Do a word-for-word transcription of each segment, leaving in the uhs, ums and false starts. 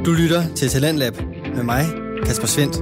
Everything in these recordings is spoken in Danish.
Du lytter til Talentlab med mig, Kasper Svendt.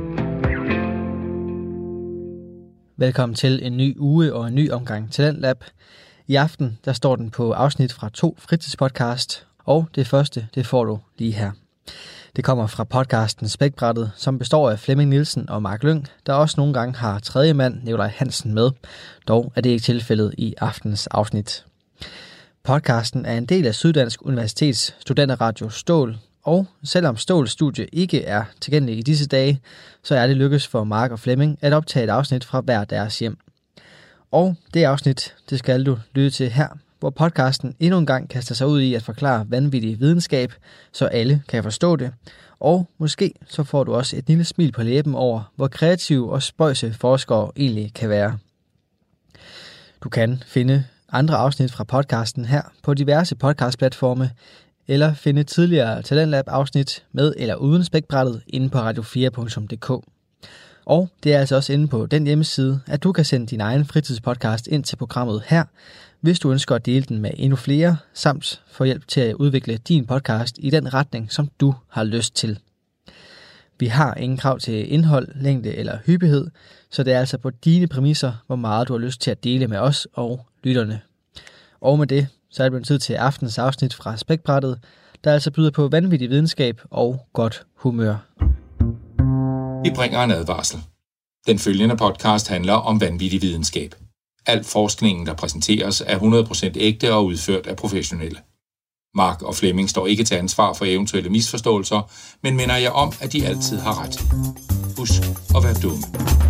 Velkommen til en ny uge og en ny omgang Talentlab. I aften der står den på afsnit fra to fritidspodcast, og det første det får du lige her. Det kommer fra podcasten Spækbrættet, som består af Flemming Nielsen og Mark Lyng, der også nogle gange har tredje mand Nikolaj Hansen med. Dog er det ikke tilfældet i aftens afsnit. Podcasten er en del af Syddansk Universitets studenterradio Stål, og selvom Ståls studie ikke er tilgængelig i disse dage, så er det lykkes for Mark og Flemming at optage et afsnit fra hver deres hjem. Og det afsnit, det skal du lytte til her, hvor podcasten endnu en gang kaster sig ud i at forklare vanvittig videnskab, så alle kan forstå det. Og måske så får du også et lille smil på læben over, hvor kreative og spøjse forskere egentlig kan være. Du kan finde andre afsnit fra podcasten her på diverse podcastplatforme, eller finde tidligere Talentlab-afsnit med eller uden Spækbrættet inde på radio fire punktum d k. Og det er altså også inde på den hjemmeside, at du kan sende din egen fritidspodcast ind til programmet her, hvis du ønsker at dele den med endnu flere, samt få hjælp til at udvikle din podcast i den retning, som du har lyst til. Vi har ingen krav til indhold, længde eller hyppighed, så det er altså på dine præmisser, hvor meget du har lyst til at dele med os og lytterne. Og med det, så er det blevet tid til aftens afsnit fra Spækbrættet, der altså byder på vanvittig videnskab og godt humør. Vi bringer en advarsel. Den følgende podcast handler om vanvittig videnskab. Al forskningen, der præsenteres, er hundrede procent ægte og udført af professionelle. Mark og Flemming står ikke til ansvar for eventuelle misforståelser, men minder jer om, at de altid har ret. Husk at være dumme.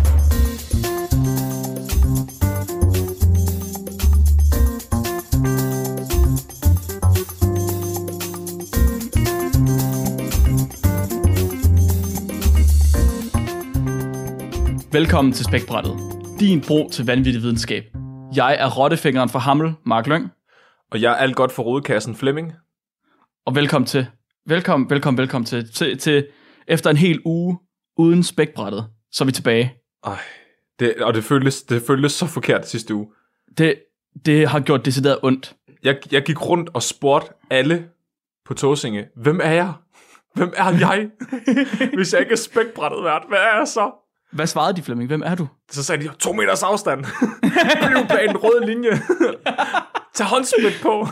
Velkommen til Spækbrættet, din bro til vanvittig videnskab. Jeg er rottefingeren fra Hammel, Mark Lyng. Og jeg er alt godt for rodekassen, Flemming. Og velkommen til, velkommen, velkommen, velkommen til, til, til efter en hel uge uden Spækbrættet, så er vi tilbage. Ej, det, og det føltes, det føltes så forkert sidste uge. Det, det har gjort decideret ondt. Jeg, jeg gik rundt og spurgte alle på Tåsinge, hvem er jeg? Hvem er jeg? Hvis jeg ikke er Spækbrættet vært, hvad er jeg så? Hvad svarede de, Flemming? Hvem er du? Så sagde de, to meters afstand. Bliv bag en rød linje. Tag håndsprit på.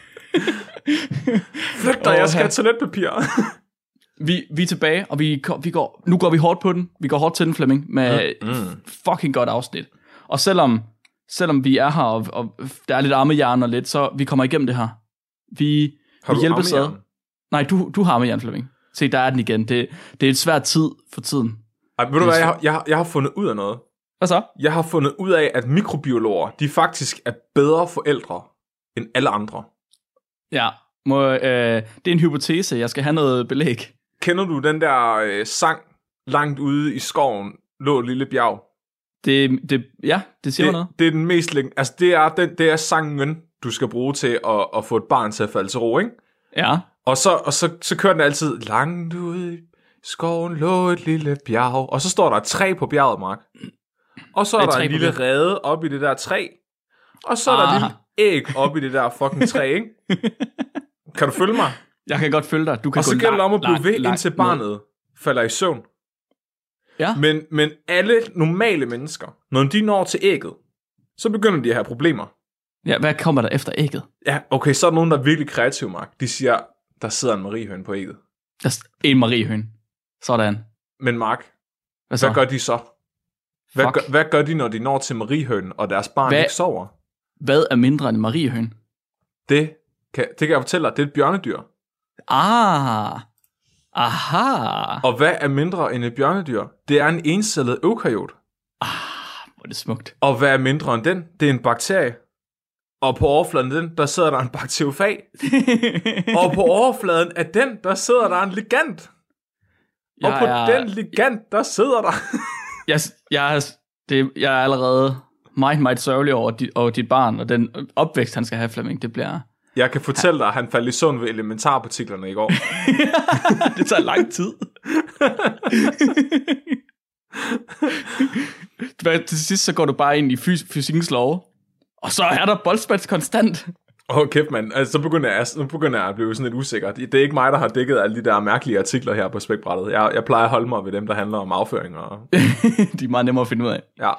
Flyt dig, jeg skal have toiletpapir. vi, vi er tilbage, og vi, vi går, nu går vi hårdt på den. Vi går hårdt til den, Flemming, med mm, mm. fucking godt afsnit. Og selvom, selvom vi er her, og, og der er lidt armejern og lidt, så vi kommer igennem det her. Vi, har vi du hjælpes ad. Nej, du, du har armejern, Flemming. Se, der er den igen. Det, det er et svært tid for tiden. Ej, ved du hvad, jeg har, jeg, har, jeg har fundet ud af noget. Hvad så? Jeg har fundet ud af, at mikrobiologer, de faktisk er bedre forældre end alle andre. Ja, må, øh, det er en hypotese. Jeg skal have noget belæg. Kender du den der øh, sang, langt ude i skoven, lå et lille bjerg? Det, det, ja, det siger det, noget. Det er den mest læng- altså det er, den, det er sangen, du skal bruge til at, at få et barn til at falde til ro, ikke? Ja. Og så, og så, så kører den altid, langt ude i skoven lå et lille bjerg, og så står der et træ på bjerget, Mark. Og så er, er der en lille rede op i det der træ, og så er ah. der et lille æg op i det der fucking træ, ikke? Kan du følge mig? Jeg kan godt følge dig. Du kan og så gælder det om at blive ved, indtil barnet ned. falder i søvn. Ja. Men, men alle normale mennesker, når de når til ægget, så begynder de at have problemer. Ja, hvad kommer der efter ægget? Ja, okay, så er der nogen, der er virkelig kreative, Mark. De siger, der sidder en mariehøn på ægget. Der er en mariehøn. Sådan. Men Mark, hvad, hvad gør de så? Hvad gør, hvad gør de, når de når til mariehønen, og deres barn hvad, ikke sover? Hvad er mindre end en mariehøn? Det kan, det kan jeg fortælle dig, det er et bjørnedyr. Ah, aha. Og hvad er mindre end et bjørnedyr? Det er en encellet eukaryot. Ah, hvor er det smukt. Og hvad er mindre end den? Det er en bakterie. Og på overfladen af den, der sidder der en bakteriofag. Og på overfladen af den, der sidder der en ligand. Og jeg på er, den ligand, der sidder der. jeg, jeg, er, det, jeg er allerede meget, meget sørgelig over dit, over dit barn, og den opvækst, han skal have, Flemming, det bliver... Jeg kan fortælle dig, at han faldt i søvn ved elementarpartiklerne i går. Det tager lang tid. Til sidst så går du bare ind i fys- fysikkens lov, og så er der boldspads konstant. Åh, oh, kæft, mand. Altså, så begynder jeg, nu begynder jeg at blive sådan lidt usikker. Det er ikke mig, der har dækket alle de der mærkelige artikler her på spækbrættet. Jeg, jeg plejer at holde mig ved dem, der handler om afføring. Og... De er meget nemmere at finde ud af. Ja.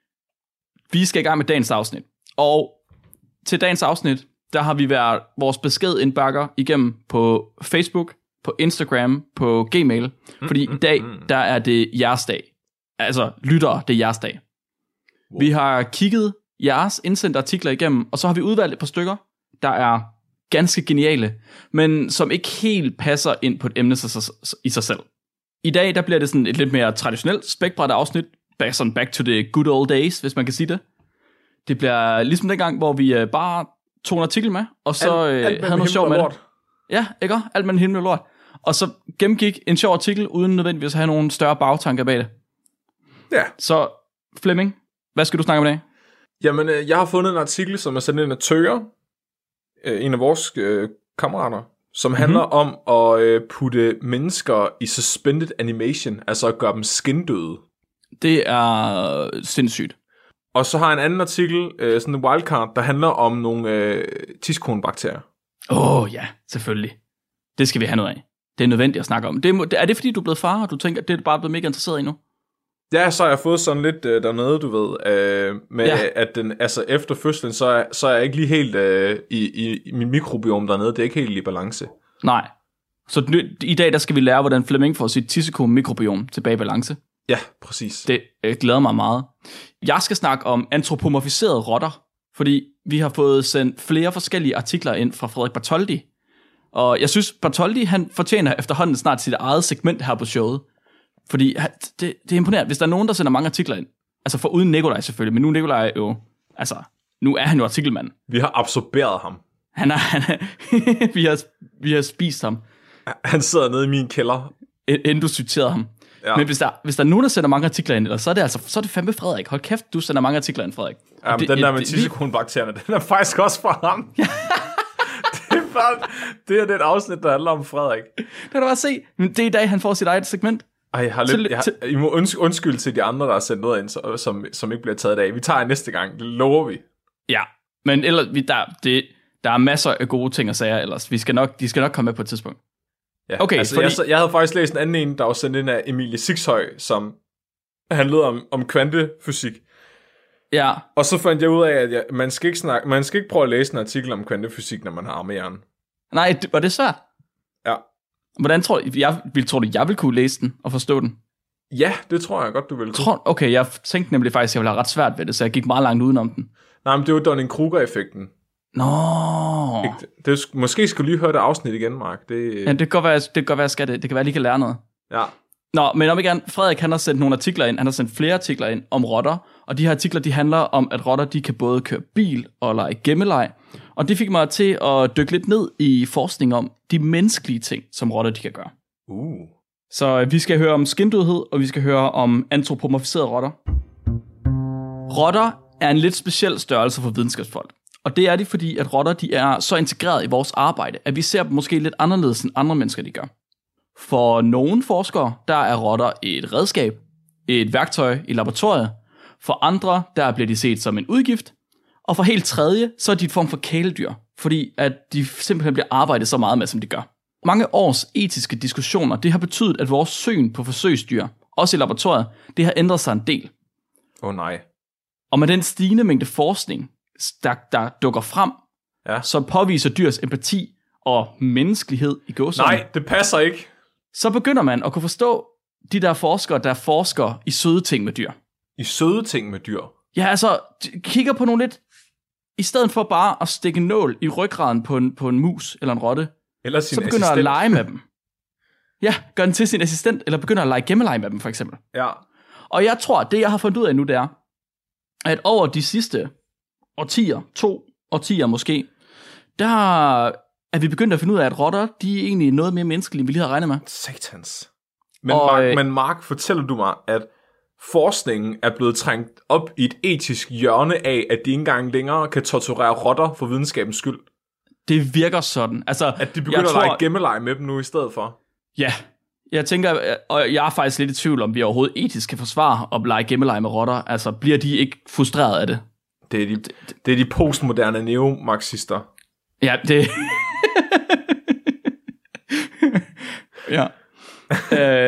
Vi skal i gang med dagens afsnit. Og til dagens afsnit, der har vi været vores beskedindbakker igennem på Facebook, på Instagram, på Gmail. Fordi mm, i dag, mm. der er det jeres dag. Altså, lyttere, det er jeres dag. Wow. Vi har kigget jeres indsendte artikler igennem, og så har vi udvalgt et par stykker, der er ganske geniale, men som ikke helt passer ind på et emne i sig selv. I dag, der bliver det sådan et lidt mere traditionelt spækbræt afsnit, back, sådan back to the good old days, hvis man kan sige det. Det bliver ligesom dengang, hvor vi uh, bare tog en artikel med, og så alt, alt havde noget sjov med det. Ja, ikke? Alt med en himmel og lort. Og så gennemgik en sjov artikel, uden nødvendigvis at have nogle større bagtanker bag det. Ja. Så Flemming, hvad skal du snakke om i dag? Jamen, øh, jeg har fundet en artikel, som er sendt ind af Tøger, øh, en af vores øh, kammerater, som mm-hmm. handler om at øh, putte mennesker i suspended animation, altså at gøre dem skindøde. Det er sindssygt. Og så har jeg en anden artikel, øh, sådan en wildcard, der handler om nogle øh, tiskonebakterier. Åh oh, ja, selvfølgelig. Det skal vi have noget af. Det er nødvendigt at snakke om. Det er, er det fordi, du er blevet far, og du tænker, at det er bare blevet mega interesseret i nu? Ja, så har jeg fået sådan lidt øh, dernede, du ved, øh, med ja. at den, altså efter fødslen, så er, så er jeg ikke lige helt øh, i, i, i min mikrobiom dernede, det er ikke helt i balance. Nej. Så i dag, der skal vi lære, hvordan Flemming får sit tissekom-mikrobiom tilbage i balance. Ja, præcis. Det øh, glæder mig meget. Jeg skal snakke om antropomorfiserede rotter, fordi vi har fået sendt flere forskellige artikler ind fra Frederik Bartholdi. Og jeg synes, Bartholdi, han fortjener efterhånden snart sit eget segment her på showet. Fordi det, det er imponerende, hvis der er nogen, der sender mange artikler ind. Altså for uden Nikolaj selvfølgelig, men nu Nikolaj jo, altså, nu er han jo artikelmand. Vi har absorberet ham. Han er, han er vi, har, vi har spist ham. Han sidder nede i min kælder. Inden du citerede ham. Ja. Men hvis der, hvis der er nogen, der sender mange artikler ind, eller, så er det altså, så er det fandme Frederik. Hold kæft, du sender mange artikler ind, Frederik. Ja, men det, den der med tissekonebakterierne, den er faktisk også fra ham. det, er bare, det er det afsnit, der handler om Frederik. Det kan du bare se. Men det er i dag, han får sit eget segment. Ej, jeg har lidt, jeg har, I må undskylde til de andre, der har sendt noget ind, som, som ikke bliver taget af. Vi tager næste gang, det lover vi. Ja, men ellers, vi, der, det, der er masser af gode ting at sige ellers. Vi skal nok, de skal nok komme med på et tidspunkt. Ja, okay, altså, fordi... jeg, jeg havde faktisk læst en anden en, der var sendt ind af Emilie Sixhøj, som handlede om, om kvantefysik. Ja. Og så fandt jeg ud af, at jeg, man, skal ikke snakke, man skal ikke prøve at læse en artikel om kvantefysik, når man har armehjerne. Nej, var det svært? Ja. Hvordan tror du, jeg, vil, tror du, jeg vil kunne læse den og forstå den? Ja, det tror jeg godt, du vil kunne. Tror, okay, jeg tænkte nemlig faktisk, at jeg ville have ret svært ved det, så jeg gik meget langt udenom den. Nej, men det var Dunning-Kruger-effekten. Nå. Det, det, måske skulle lige høre det afsnit igen, Mark. Det, ja, det kan godt være, det kan godt være, jeg skal det. Det kan være, at jeg lige kan lære noget. Ja. Nå, men om igen, Frederik, han har sendt nogle artikler ind. Han har sendt flere artikler ind om rotter. Og de her artikler, de handler om, at rotter, de kan både køre bil og lege gemmeleg. Og det fik mig til at dykke lidt ned i forskning om de menneskelige ting, som rotter, de kan gøre. Uh. Så vi skal høre om skindødhed, og vi skal høre om antropomorfiserede rotter. Rotter er en lidt speciel størrelse for videnskabsfolk. Og det er de, fordi at rotter, de er så integreret i vores arbejde, at vi ser dem måske lidt anderledes end andre mennesker, de gør. For nogle forskere, der er rotter et redskab, et værktøj i laboratoriet. For andre, der bliver de set som en udgift. Og for helt tredje, så er de et form for kæledyr, fordi at de simpelthen bliver arbejdet så meget med, som de gør. Mange års etiske diskussioner, det har betydet, at vores syn på forsøgsdyr, også i laboratoriet, det har ændret sig en del. Åh oh, nej. Og med den stigende mængde forskning, der, der dukker frem, ja. så påviser dyrs empati og menneskelighed i gåseøjne. Nej, det passer ikke. Så begynder man at kunne forstå de der forskere, der forsker i søde ting med dyr. I søde ting med dyr? Ja, altså, kigger på nogle lidt, i stedet for bare at stikke en nål i ryggraden på en, på en mus eller en rotte, eller sin så begynder assistent. at lege med dem. Ja, gør den til sin assistent, eller begynder at lege gemmeleg med dem, for eksempel. Ja. Og jeg tror, at det, jeg har fundet ud af nu, det er, at over de sidste årtier, to årtier måske, der er vi begyndt at finde ud af, at rotter, de er egentlig noget mere menneskelige, end vi lige har regnet med. Satans. Men, og, Mark, men Mark, fortæller du mig, at forskningen er blevet trængt op i et etisk hjørne af, at de ikke engang længere kan torturere rotter for videnskabens skyld? Det virker sådan. Altså, at de begynder tror, at lege gemmeleg med dem nu i stedet for? Ja, jeg tænker, og jeg er faktisk lidt i tvivl om, vi overhovedet etisk kan forsvare at lege gemmeleg med rotter. Altså, bliver de ikke frustreret af det? Det er de, det er de postmoderne neomarxister. Ja, det... ja. øh,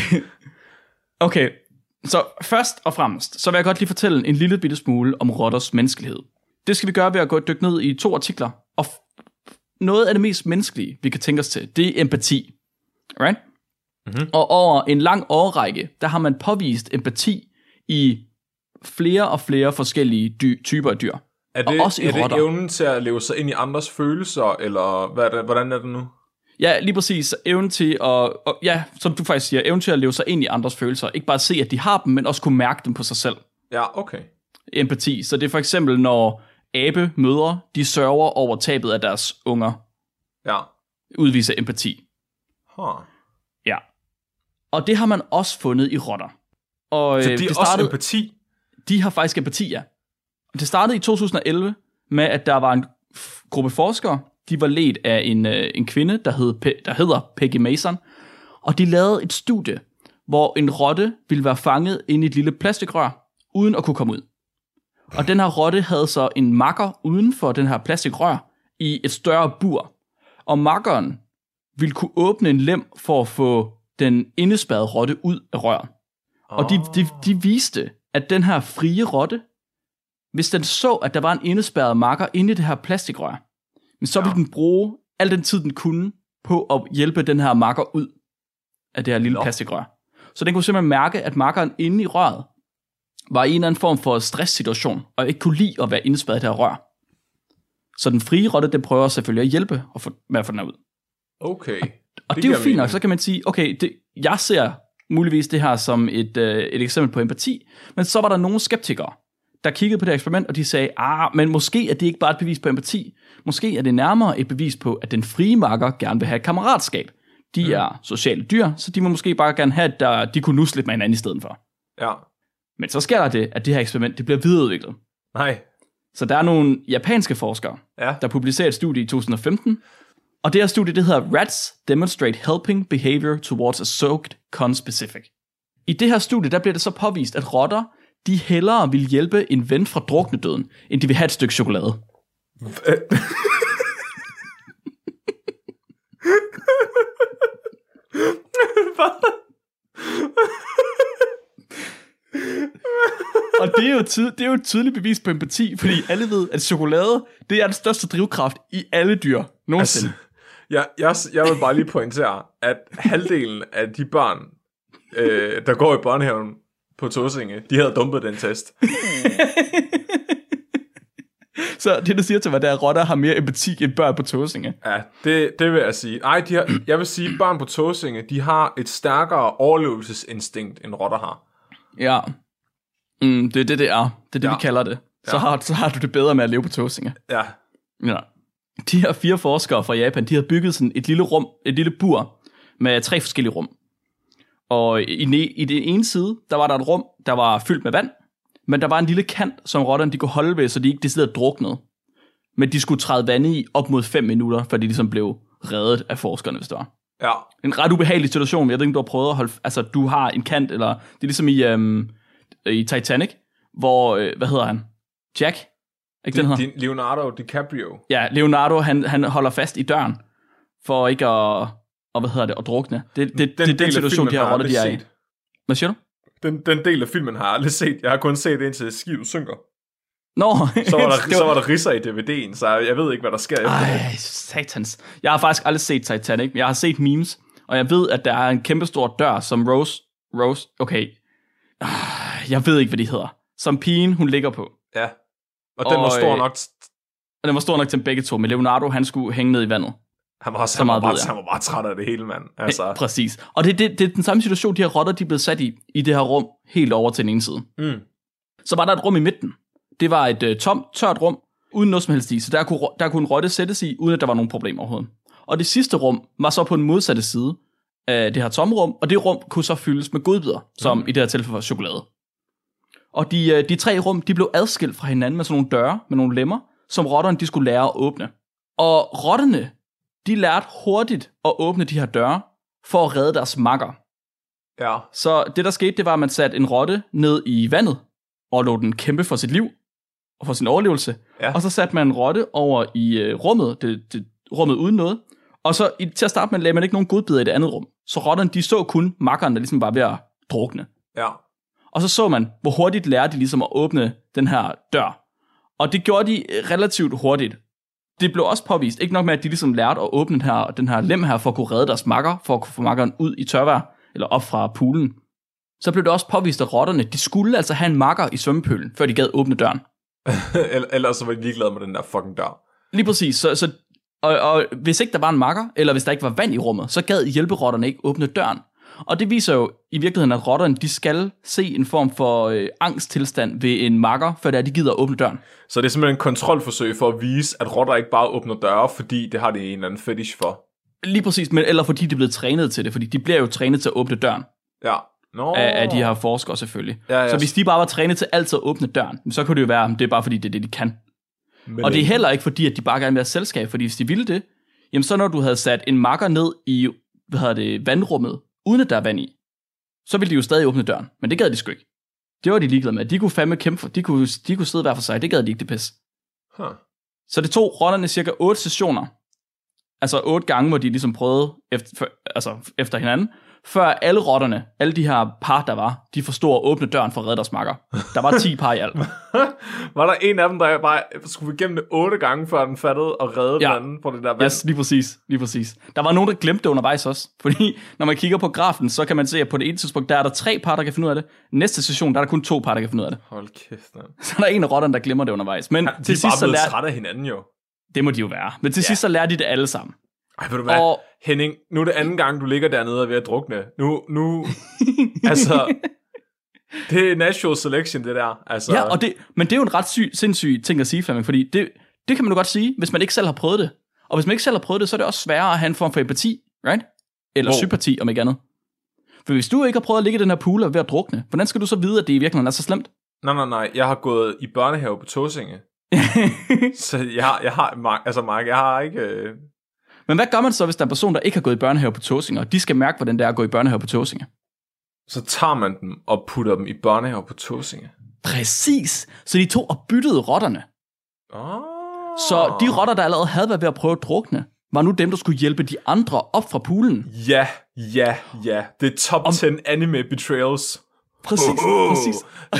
okay, så først og fremmest, så vil jeg godt lige fortælle en lille bitte smule om rotters menneskelighed. Det skal vi gøre ved at gå og dykke ned i to artikler, og f- noget af det mest menneskelige, vi kan tænke os til, det er empati. Right? Mm-hmm. Og over en lang årrække, der har man påvist empati i flere og flere forskellige dy- typer af dyr. Er det, og også i er rotter. det evnen til at leve sig ind i andres følelser, eller hvad er det, hvordan er det nu? Ja, lige præcis. Evnen til at, og, ja, som du faktisk siger, evnen til at leve sig ind i andres følelser. Ikke bare se, at de har dem, men også kunne mærke dem på sig selv. Ja, okay. Empati. Så det er for eksempel, når abemødre, de sørger over tabet af deres unger. Ja. Udviser empati. Huh. Ja. Og det har man også fundet i rotter. Og, så de det er startede, også empati? De har faktisk empati, ja. Det startede i to tusind og elleve med, at der var en f- gruppe forskere, de var ledt af en, øh, en kvinde, der, hed, der hedder Peggy Mason, og de lavede et studie, hvor en rotte ville være fanget inde i et lille plastikrør, uden at kunne komme ud. Og den her rotte havde så en makker uden for den her plastikrør i et større bur, og makkeren ville kunne åbne en lem for at få den indespærrede rotte ud af røret. Oh. Og de, de, de viste, at den her frie rotte, hvis den så, at der var en indespærret makker inde i det her plastikrør, men så ville ja. den bruge al den tid, den kunne, på at hjælpe den her makker ud af det her lille no. plastikrør. Så den kunne simpelthen mærke, at makkeren inde i røret var i en eller anden form for stresssituation, og ikke kunne lide at være indespærret i det her rør. Så den frie rotte, den prøver selvfølgelig at hjælpe og få, med at få den ud. Okay. Og, og det, det er jo fint nok, så kan man sige, okay, det, jeg ser muligvis det her som et, øh, et eksempel på empati, men så var der nogle skeptikere, der kiggede på det eksperiment, og de sagde, ah, men måske er det ikke bare et bevis på empati. Måske er det nærmere et bevis på, at den frie makker gerne vil have et kammeratskab. De mm. er sociale dyr, så de må måske bare gerne have, at de kunne nusse lidt med hinanden i stedet for. Ja. Men så sker der det, at det her eksperiment, det bliver videreudviklet. Nej. Så der er nogle japanske forskere, ja. der publicerer et studie i to tusind og femten, og det her studie, det hedder Rats Demonstrate Helping Behavior Towards a Soaked Conspecific. I det her studie, der bliver det så påvist, at rotter, de hellere vil hjælpe en ven fra druknedøden, end de vil have et stykke chokolade. Og det er, jo tyd- det er jo et tydeligt bevis på empati, fordi alle ved, at chokolade, det er den største drivkraft i alle dyr nogensinde. Altså, jeg, jeg, jeg vil bare lige pointere, at halvdelen af de børn, øh, der går i børnehaven på Tåsinge, de havde dumpet den test. Så det, du siger til mig, det er, at rotter har mere empati end børn på Tåsinge. Ja, det, det vil jeg sige. Nej, de har, jeg vil sige, at børn på Tåsinge, de har et stærkere overlevelsesinstinkt, end rotter har. Ja, mm, det er det, det er. Det er det, ja. vi kalder det. Så, ja. har, så har du det bedre med at leve på Tåsinge. Ja. Ja. De her fire forskere fra Japan, de har bygget sådan et lille rum, et lille bur, med tre forskellige rum. Og i, i det ene side, der var der et rum, der var fyldt med vand, men der var en lille kant, som rotterne de kunne holde ved, så de ikke decideret druknede. Men de skulle træde vand i op mod fem minutter, før de ligesom blev reddet af forskerne, hvis det var. Ja. En ret ubehagelig situation. Jeg ved ikke, du har prøvet at holde... Altså, du har en kant, eller... Det er ligesom i, øhm, i Titanic, hvor... Øh, hvad hedder han? Jack? Ikke den hedder? Leonardo DiCaprio. Ja, Leonardo, han, han holder fast i døren, for ikke at... Og hvad hedder det? At drukne. Det, det, det, det er den situation, de her rotter, de er i. Hvad siger du? Den, den del af filmen har jeg aldrig set. Jeg har kun set det, indtil skibet synker. Nå. Så var der, var... så var der ridser i D V D'en, så jeg ved ikke, hvad der sker efter. Ej, satans. Jeg har faktisk aldrig set Titanic, men jeg har set memes, og jeg ved, at der er en kæmpestor dør, som Rose... Rose... Okay. Jeg ved ikke, hvad de hedder. Som pigen, hun ligger på. Ja. Og den og, var stor nok... Og den var stor nok til begge to, men Leonardo, han skulle hænge ned i vandet. Han var, også, han, var bare, han var bare træt af det hele, mand. Altså. Ja, præcis. Og det, det, det er den samme situation, de her rotter, de er blevet sat i, i det her rum, helt over til den ene side. Mm. Så var der et rum i midten. Det var et uh, tomt, tørt rum, uden noget som helst i. Så der kunne, der kunne en rotte sættes i, uden at der var nogen problemer overhovedet. Og det sidste rum var så på den modsatte side af det her tomme rum, og det rum kunne så fyldes med godbidder, som mm. i det her tilfælde var chokolade. Og de, de tre rum, de blev adskilt fra hinanden med sådan nogle døre, med nogle lemmer, som rotterne de skulle lære at åbne. Og rotterne, de lærte hurtigt at åbne de her døre, for at redde deres makker. Ja. Så det der skete, det var, at man satte en rotte ned i vandet, og lod den kæmpe for sit liv, og for sin overlevelse. Ja. Og så satte man en rotte over i øh, rummet, det, det, rummet uden noget. Og så i, til at starte med lagde man ikke nogen godbidder i det andet rum. Så rotterne, de så kun makkeren, der ligesom var ved at drukne. Ja. Og så så man, hvor hurtigt lærte de ligesom at åbne den her dør. Og det gjorde de relativt hurtigt. Det blev også påvist, ikke nok med, at de ligesom lærte at åbne den her, den her lem her, for at kunne redde deres makker, for at kunne få makkeren ud i tørvejr, eller op fra poolen. Så blev det også påvist, at rotterne, de skulle altså have en makker i svømmepølen, før de gad åbne døren. Ellers så var de ligeglade med den der fucking dør. Lige præcis. Så, så, og, og hvis ikke der var en makker, eller hvis der ikke var vand i rummet, så gad hjælperotterne ikke åbne døren. Og det viser jo i virkeligheden, at rotterne, de skal se en form for øh, angsttilstand ved en makker, før det er, de gider at åbne døren. Så det er simpelthen en kontrolforsøg for at vise, at rotter ikke bare åbner døre, fordi det har de en eller anden fetish for. Lige præcis, men, eller fordi de er blevet trænet til det, fordi de bliver jo trænet til at åbne døren. Ja. No. Af, af de her forskere selvfølgelig. Ja, ja. Så hvis de bare var trænet til altid at åbne døren, så kunne det jo være, at det er bare fordi, det er det, de kan. Men og det er heller ikke fordi, at de bare gerne vil have selskab, fordi hvis de ville det, jamen så når du havde sat en makker ned i, hvad hedder det, vandrummet, uden at der er vand i, så ville de jo stadig åbne døren. Men det gad de sgu ikke. Det var de ligeglade med. De kunne fandme kæmpe for, de kunne, de kunne sidde hver for sig, det gad de ikke, det pis. Huh. Så det tog rotterne cirka otte sessioner, altså otte gange, hvor de ligesom prøvede efter, for, altså efter hinanden, før alle rotterne, alle de her par, der var, de forstod at åbne døren for at redde deres makker. Der var ti par i alt. Var der en af dem, der bare skulle igennem det otte gange, før den fattede og redde ja. Den anden på det der vand? Yes, lige præcis, lige præcis. Der var nogen, der glemte det undervejs også. Fordi når man kigger på grafen, så kan man se, at på det ene tidspunkt, der er der tre par, der kan finde ud af det. Næste session, der er der kun to par, der kan finde ud af det. Hold kæft, man. Så der er en af rotterne, der glemmer det undervejs. Men ja, til de er sidst, bare blevet så lær... trætte af hinanden jo. Det må de jo være. Men til ja. sidst, så lærer de det alle sammen. Ej, ved du hvad, og... Henning, nu er det anden gang, du ligger dernede og er ved at drukne. Nu, nu, altså, det er natural selection, det der. Altså... Ja, og det, men det er jo en ret syg, sindssyg ting at sige, Flemming, fordi det, det kan man jo godt sige, hvis man ikke selv har prøvet det. Og hvis man ikke selv har prøvet det, så er det også sværere at have en form for empati, right? Eller wow. sympati, om ikke andet. For hvis du ikke har prøvet at ligge i den her pool og ved at drukne, hvordan skal du så vide, at det i virkeligheden er så slemt? Nej, nej, nej, jeg har gået i børnehave på Tåsinge. Så jeg har, jeg har, altså Mark, jeg har ikke... Øh... Men hvad gør man så, hvis der er en person, der ikke har gået i børnehave på Tåsinge, og de skal mærke, hvordan det er at gå i børnehave på Tåsinge? Så tager man dem og putter dem i børnehave på Tåsinge. Præcis! Så de tog og byttede rotterne. Oh. Så de rotter, der allerede havde været ved at prøve at drukne, var nu dem, der skulle hjælpe de andre op fra poolen. Ja, ja, ja. Det er top Om... ti anime betrayals. Præcis, oh, oh, præcis.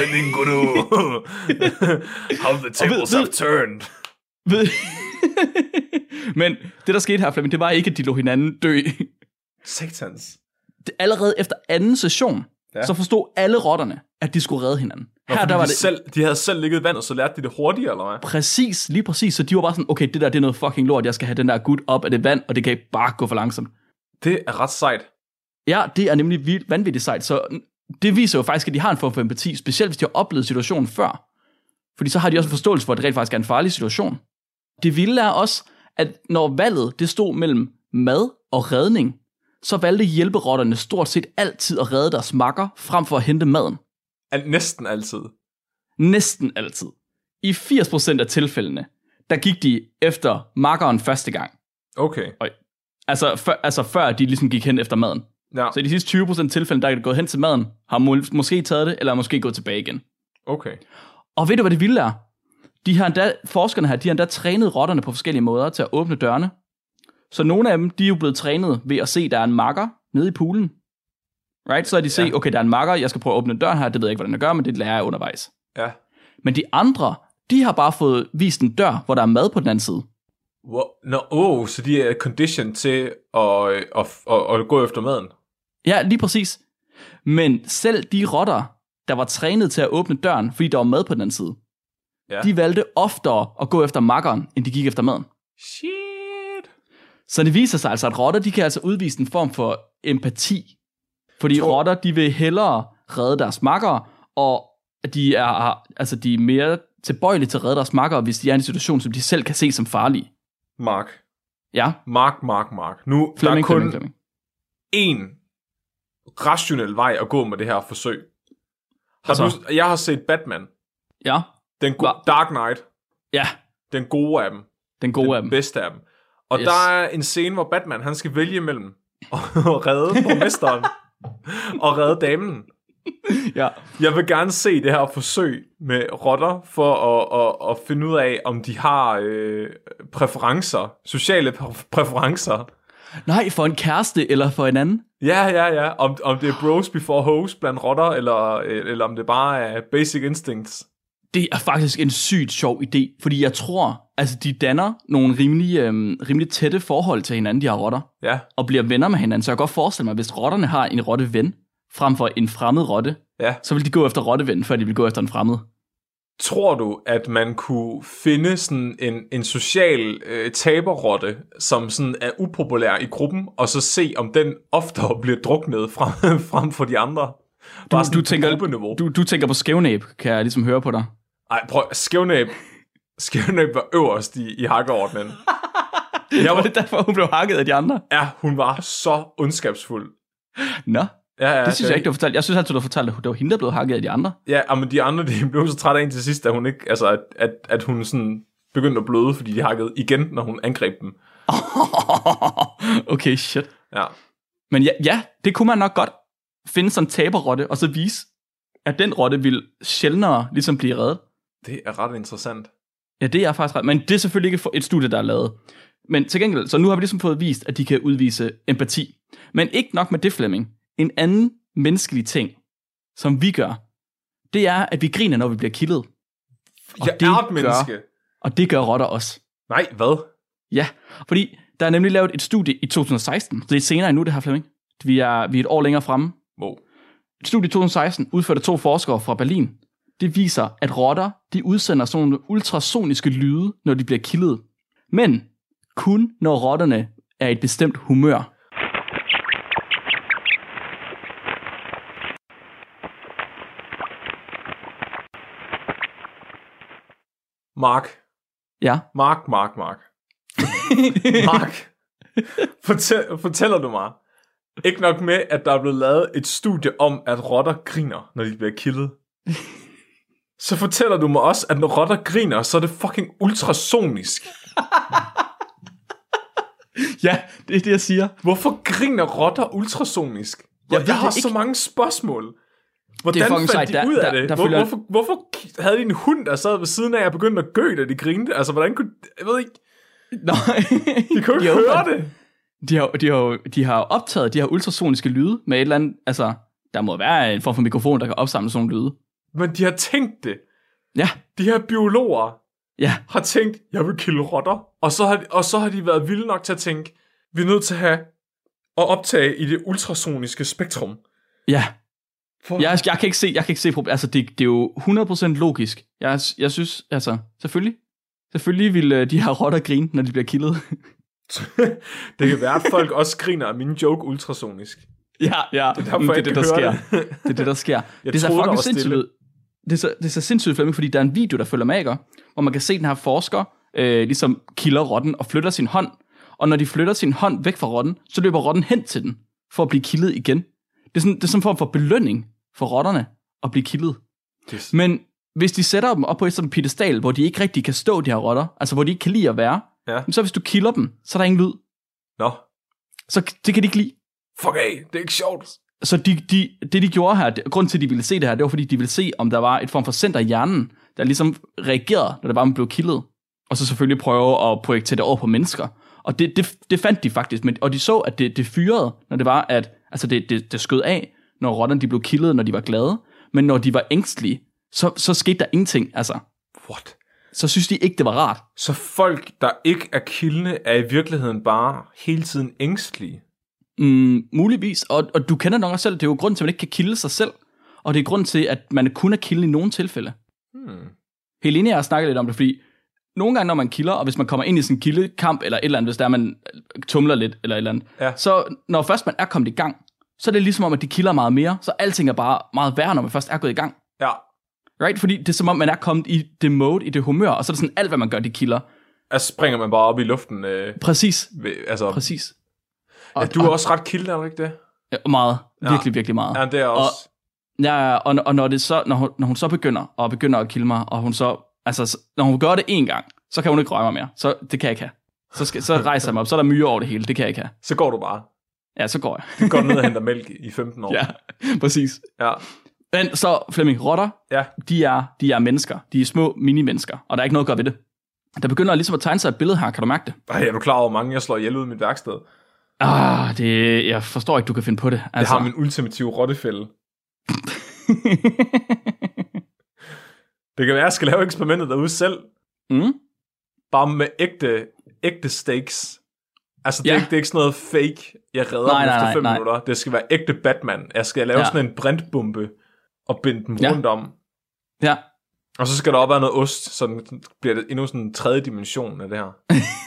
How the tables ved, have turned. Ved, men det, der skete her, Flemming, det var ikke, at de lå hinanden dø. Satans. Det, allerede efter anden session, ja. Så forstod alle rotterne, at de skulle redde hinanden. Nå, her, der var de, det... selv, de havde selv ligget i vand, og så lærte de det hurtigere, eller hvad? Præcis, lige præcis. Så de var bare sådan, okay, det der det er noget fucking lort, jeg skal have den der gut op af det vand, og det kan ikke bare gå for langsomt. Det er ret sejt. Ja, det er nemlig vildt, vanvittigt sejt. Så det viser jo faktisk, at de har en form for empati, specielt hvis de har oplevet situationen før. Fordi så har de også en forståelse for, at det rent faktisk er en farlig situation. Det vilde er også, at når valget det stod mellem mad og redning, så valgte hjælperotterne stort set altid at redde deres makker, frem for at hente maden. Al- næsten altid. Næsten altid. I firs procent af tilfældene, der gik de efter makkeren første gang. Okay. Og, altså, før, altså før de ligesom gik hen efter maden. Ja. Så i de sidste tyve procent af tilfældene, der er det gået hen til maden, har må- måske taget det, eller måske gået tilbage igen. Okay. Og ved du, hvad det vilde er? De har endda, forskerne her, de har endda trænet rotterne på forskellige måder til at åbne dørene. Så nogle af dem, de er jo blevet trænet ved at se, at der er en makker nede i poolen. Right? Så har de set, ja. Okay, der er en makker, jeg skal prøve at åbne døren her, det ved jeg ikke, hvordan jeg gør, men det lærer jeg undervejs. Ja. Men de andre, de har bare fået vist en dør, hvor der er mad på den anden side. Wow. No, oh, så de er conditioned til at, at, at, at gå efter maden? Ja, lige præcis. Men selv de rotter, der var trænet til at åbne døren, fordi der var mad på den anden side, ja. De valgte oftere at gå efter makkeren, end de gik efter maden. Shit. Så det viser sig altså, at rotter, de kan altså udvise en form for empati. Fordi tror... rotter, de vil hellere redde deres makkere, og de er, altså, de er mere tilbøjelige til at redde deres makkere, hvis de er i en situation, som de selv kan se som farlige. Mark. Ja? Mark, Mark, Mark. Nu Flemming, der er kun Flemming, én rationel vej at gå med det her forsøg. Har altså... du, jeg har set Batman. Ja. Den go- Dark Knight. Ja. Den gode af dem. Den gode den af dem. bedste af dem. Og yes. Der er en scene, hvor Batman, han skal vælge mellem at redde borgmesteren og redde damen. Ja. Jeg vil gerne se det her forsøg med rotter, for at, at, at finde ud af, om de har øh, præferencer, sociale præ- præferencer. Nej, for en kæreste eller for en anden? Ja, ja, ja. Om, om det er bros before hoes blandt rotter, eller, eller om det bare er basic instincts. Det er faktisk en sygt sjov idé, fordi jeg tror, altså de danner nogle rimelig, øhm, rimelig tætte forhold til hinanden, de her rotter, ja. og bliver venner med hinanden. Så jeg kan godt forestille mig, hvis rotterne har en rotteven, frem for en fremmed rotte, ja. så vil de gå efter rottevennen, før de vil gå efter en fremmed. Tror du, at man kunne finde sådan en, en social øh, taberrotte, som sådan er upopulær i gruppen, og så se, om den oftere bliver druknet frem, frem for de andre? Du, du, tænker, du, du tænker på skævnæb, kan jeg ligesom høre på dig. Ej, prøv, skævnæb, skævnæb var øverst i, i hakkeordnen. Jeg var det derfor, hun blev hakket af de andre? Ja, hun var så ondskabsfuld. Nå, ja, ja, det synes jeg ikke, du har fortalt. Jeg synes altid, du har fortalt, at det var hende, der blev hakket af de andre. Ja, men de andre, de blev så trætte af en til sidst, at hun ikke, altså, at, at, at hun sådan begyndte at bløde, fordi de hakkede igen, når hun angreb dem. Okay, shit. Ja. Men ja, ja, det kunne man nok godt finde sådan en taberrotte, og så vise, at den rotte vil sjældnere ligesom blive reddet. Det er ret interessant. Ja, det er faktisk ret. Men det er selvfølgelig ikke et studie, der er lavet. Men til gengæld, så nu har vi ligesom fået vist, at de kan udvise empati. Men ikke nok med det, Flemming. En anden menneskelig ting, som vi gør, det er, at vi griner, når vi bliver kildet. Og jeg er et menneske. Gør, og det gør rotter også. Nej, hvad? Ja, fordi der er nemlig lavet et studie i to tusind og seksten. Så det er senere endnu, det her, Flemming. Vi er, vi er et år længere fremme. Wow. Et studie i to tusind og seksten udført af to forskere fra Berlin. Det viser, at rotter, de udsender sådan nogle ultrasoniske lyde, når de bliver kildet. Men kun når rotterne er i et bestemt humør. Mark. Ja? Mark, Mark, Mark. Mark. Fortæl, fortæller du mig, ikke nok med, at der er blevet lavet et studie om, at rotter griner, når de bliver kildet. Så fortæller du mig også, at når rotter griner, så er det fucking ultrasonisk. Ja, det er det, jeg siger. Hvorfor griner rotter ultrasonisk? Jeg, jeg har ikke. så mange spørgsmål. Hvordan fandt sejt. de der, ud af der, det? der Hvor, følger... hvorfor, hvorfor havde de en hund, der sad ved siden af og begyndte at gø, da de grinede? Altså, hvordan kunne... Jeg ved ikke... Nej. De kunne ikke høre det. De har, de, har, de har optaget de her ultrasoniske lyde med et eller andet... Altså, der må være en form for mikrofon, der kan opsamle sådan nogle lyde. Men de har tænkt det. Ja. De her biologer ja. har tænkt, jeg vil kilde rotter. Og så, har de, og så har de været vilde nok til at tænke, vi er nødt til at have at optage i det ultrasoniske spektrum. Ja. For... Jeg, jeg kan ikke se, jeg kan ikke se problem. Altså, det, det er jo hundrede procent logisk. Jeg, jeg synes, altså, selvfølgelig. Selvfølgelig vil de her rotter grine, når de bliver kildet. Det kan være, at folk også griner af min joke ultrasonisk. Ja, ja. Det er derfor, det er det, der sker. Det. det er det, der sker. Jeg det er troede, så fucking sindssygt ud. Det er så, det er så sindssygt, Flemming, fordi der er en video, der følger med, ikke? Hvor man kan se den her forsker, øh, ligesom kilder rotten og flytter sin hånd. Og når de flytter sin hånd væk fra rotten, så løber rotten hen til den, for at blive kildet igen. Det er sådan, det er sådan en form for belønning for rotterne at blive kildet. Yes. Men hvis de sætter dem op på et sådan pedestal, hvor de ikke rigtig kan stå, de her rotter, altså hvor de ikke kan lide at være, ja. Så hvis du kilder dem, så er der ingen lyd. Nå. Så det kan de ikke lide. Fuck af, det er ikke sjovt. Så de, de, det de gjorde her, det, grund til at de ville se det her, det var fordi de ville se, om der var et form for center i hjernen, der ligesom reagerede, når det var, man blev kildet. Og så selvfølgelig prøve at projektere det over på mennesker. Og det, det, det fandt de faktisk, men, og de så, at det, det fyrede, når det var, at altså det, det, det skød af, når rotterne de blev kildet, når de var glade. Men når de var ængstlige, så, så skete der ingenting. Altså, what? Så synes de ikke, det var rart. Så folk, der ikke er kildende, er i virkeligheden bare hele tiden ængstlige? Mm, muligvis, og, og du kender nok også selv, det er jo grund til, at man ikke kan kilde sig selv, og det er grund til, at man kun er kildet i nogle tilfælde. Hmm. Helene og jeg har snakket lidt om det, fordi nogle gange, når man kilder, og hvis man kommer ind i sådan en kildekamp, eller et eller andet, hvis der man tumler lidt, eller et eller andet, ja. Så når først man er kommet i gang, så er det ligesom om, at de kilder meget mere, så alting er bare meget værre, når man først er gået i gang. Ja. Right? Fordi det er som om, man er kommet i det mode, i det humør, og så er det sådan alt, hvad man gør, det kilder. Altså springer man bare op i luften. Øh, Præcis. Ved, altså. Præcis. Og, ja, du er og, også ret kildet, er du ikke det? Ja, meget. Virkelig, ja. virkelig meget. Ja, det er også. Og, ja, og, og når, det så, når, hun, når hun så begynder, og begynder at kilde mig, og hun så, altså, når hun gør det en gang, så kan hun ikke røre mig mere. Så det kan jeg ikke have. Så, skal, så rejser jeg mig op, så er der myre over det hele, det kan jeg ikke have. Så går du bare. Ja, så går jeg. Du går ned og henter mælk i femten år. Ja, præcis. Ja. Men så, Flemming, rotter, Ja. de, er, de er mennesker. De er små mini-mennesker, og der er ikke noget at gøre ved det. Der begynder ligesom at tegne sig et billede her, kan du mærke det? Ej, er du klar over, hvor mange jeg slår ihjel ud i mit værksted? Ah, det, jeg forstår ikke, du kan finde på det. Altså. Jeg har min ultimative rottefælde. Det kan være, at jeg skal lave eksperimentet derude selv. Mm. Bare med ægte, ægte stakes. Altså, det, Ja. er ikke, det er ikke sådan noget fake, jeg redder Nej, dem nej, efter nej, fem nej. minutter. Det skal være ægte Batman. Jeg skal lave Ja. sådan en brintbombe og binde dem Ja. rundt om. Ja. Og så skal der også være noget ost, så den bliver det endnu sådan en tredje dimension af det her.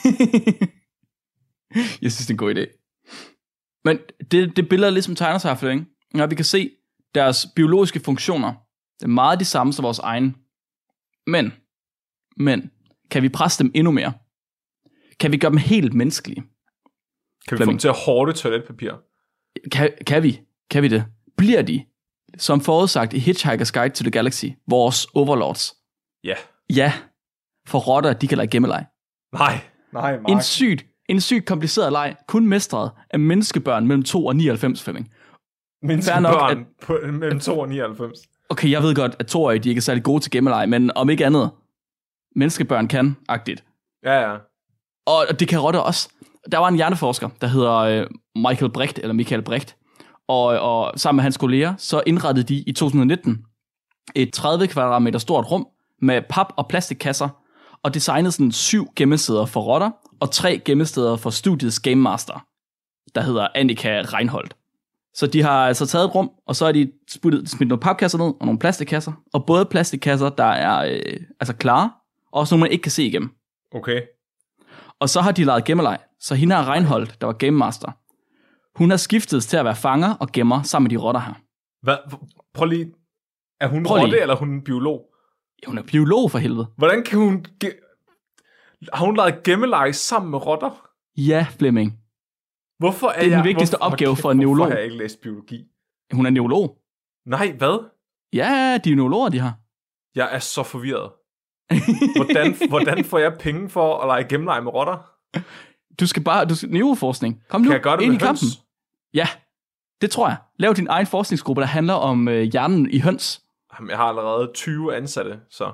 Jeg synes, det er en god idé. Men det, det billede ligesom tegner sig her, ikke? Når vi kan se deres biologiske funktioner, det er meget de samme som vores egen. Men, men, kan vi presse dem endnu mere? Kan vi gøre dem helt menneskelige? Kan vi Flemming. få dem til at hårde toiletpapir? Kan, kan vi? Kan vi det? Bliver de, som forudsagt i Hitchhiker's Guide to the Galaxy, vores overlords? Ja. Ja, for rotter, de kan lege gemmeleg. Nej. Nej, Mark. En sygt, en sygt kompliceret leg, kun mestret af menneskebørn mellem to og nioghalvfems, Flemming. Mindste nok, børn at- på, mellem to og nioghalvfems. Okay, jeg ved godt, at toårige, de ikke er særlig gode til gemmeleg, men om ikke andet, menneskebørn kan, agtigt. Ja, ja. Og det kan rotter også. Der var en hjerneforsker, der hedder øh, Michael Brecht, eller Michael Brecht, og, og sammen med hans kolleger, så indrettede de i to tusind nitten et tredive kvadratmeter stort rum med pap- og plastikkasser, og designede sådan syv gemmesteder for rotter, og tre gemmesteder for studiets Game Master, der hedder Annika Reinholdt. Så de har altså taget et rum, og så har de smidt, smidt nogle papkasser ned, og nogle plastikkasser, og både plastikkasser, der er øh, altså klare, og også nogle, man ikke kan se igennem. Okay. Og så har de lavet gemmeleg. Så hende her Reinholdt, der var Game Master, hun har skiftet til at være fanger og gemmer sammen med de rotter her. Hvad? Prøv lige. Er hun Prøv lige. rotte, eller er hun en biolog? Hun er biolog for helvede. Hvordan kan hun... Ge- har hun lavet gemmeleje sammen med rotter? Ja, Flemming. Hvorfor er Det er den jeg... vigtigste hvorfor, opgave okay, for en neurolog. Hvorfor har jeg ikke læst biologi? Hun er neurolog. Nej, hvad? Ja, de er neurologer, de har. Jeg er så forvirret. Hvordan, hvordan får jeg penge for at lege gemmeleje med rotter? Du skal bare... Du skal, neuroforskning. Kom nu, Kan jeg gøre det ind med i kampen. høns? Ja, det tror jeg. Lav din egen forskningsgruppe, der handler om øh, hjernen i høns. Jamen, jeg har allerede tyve ansatte, så...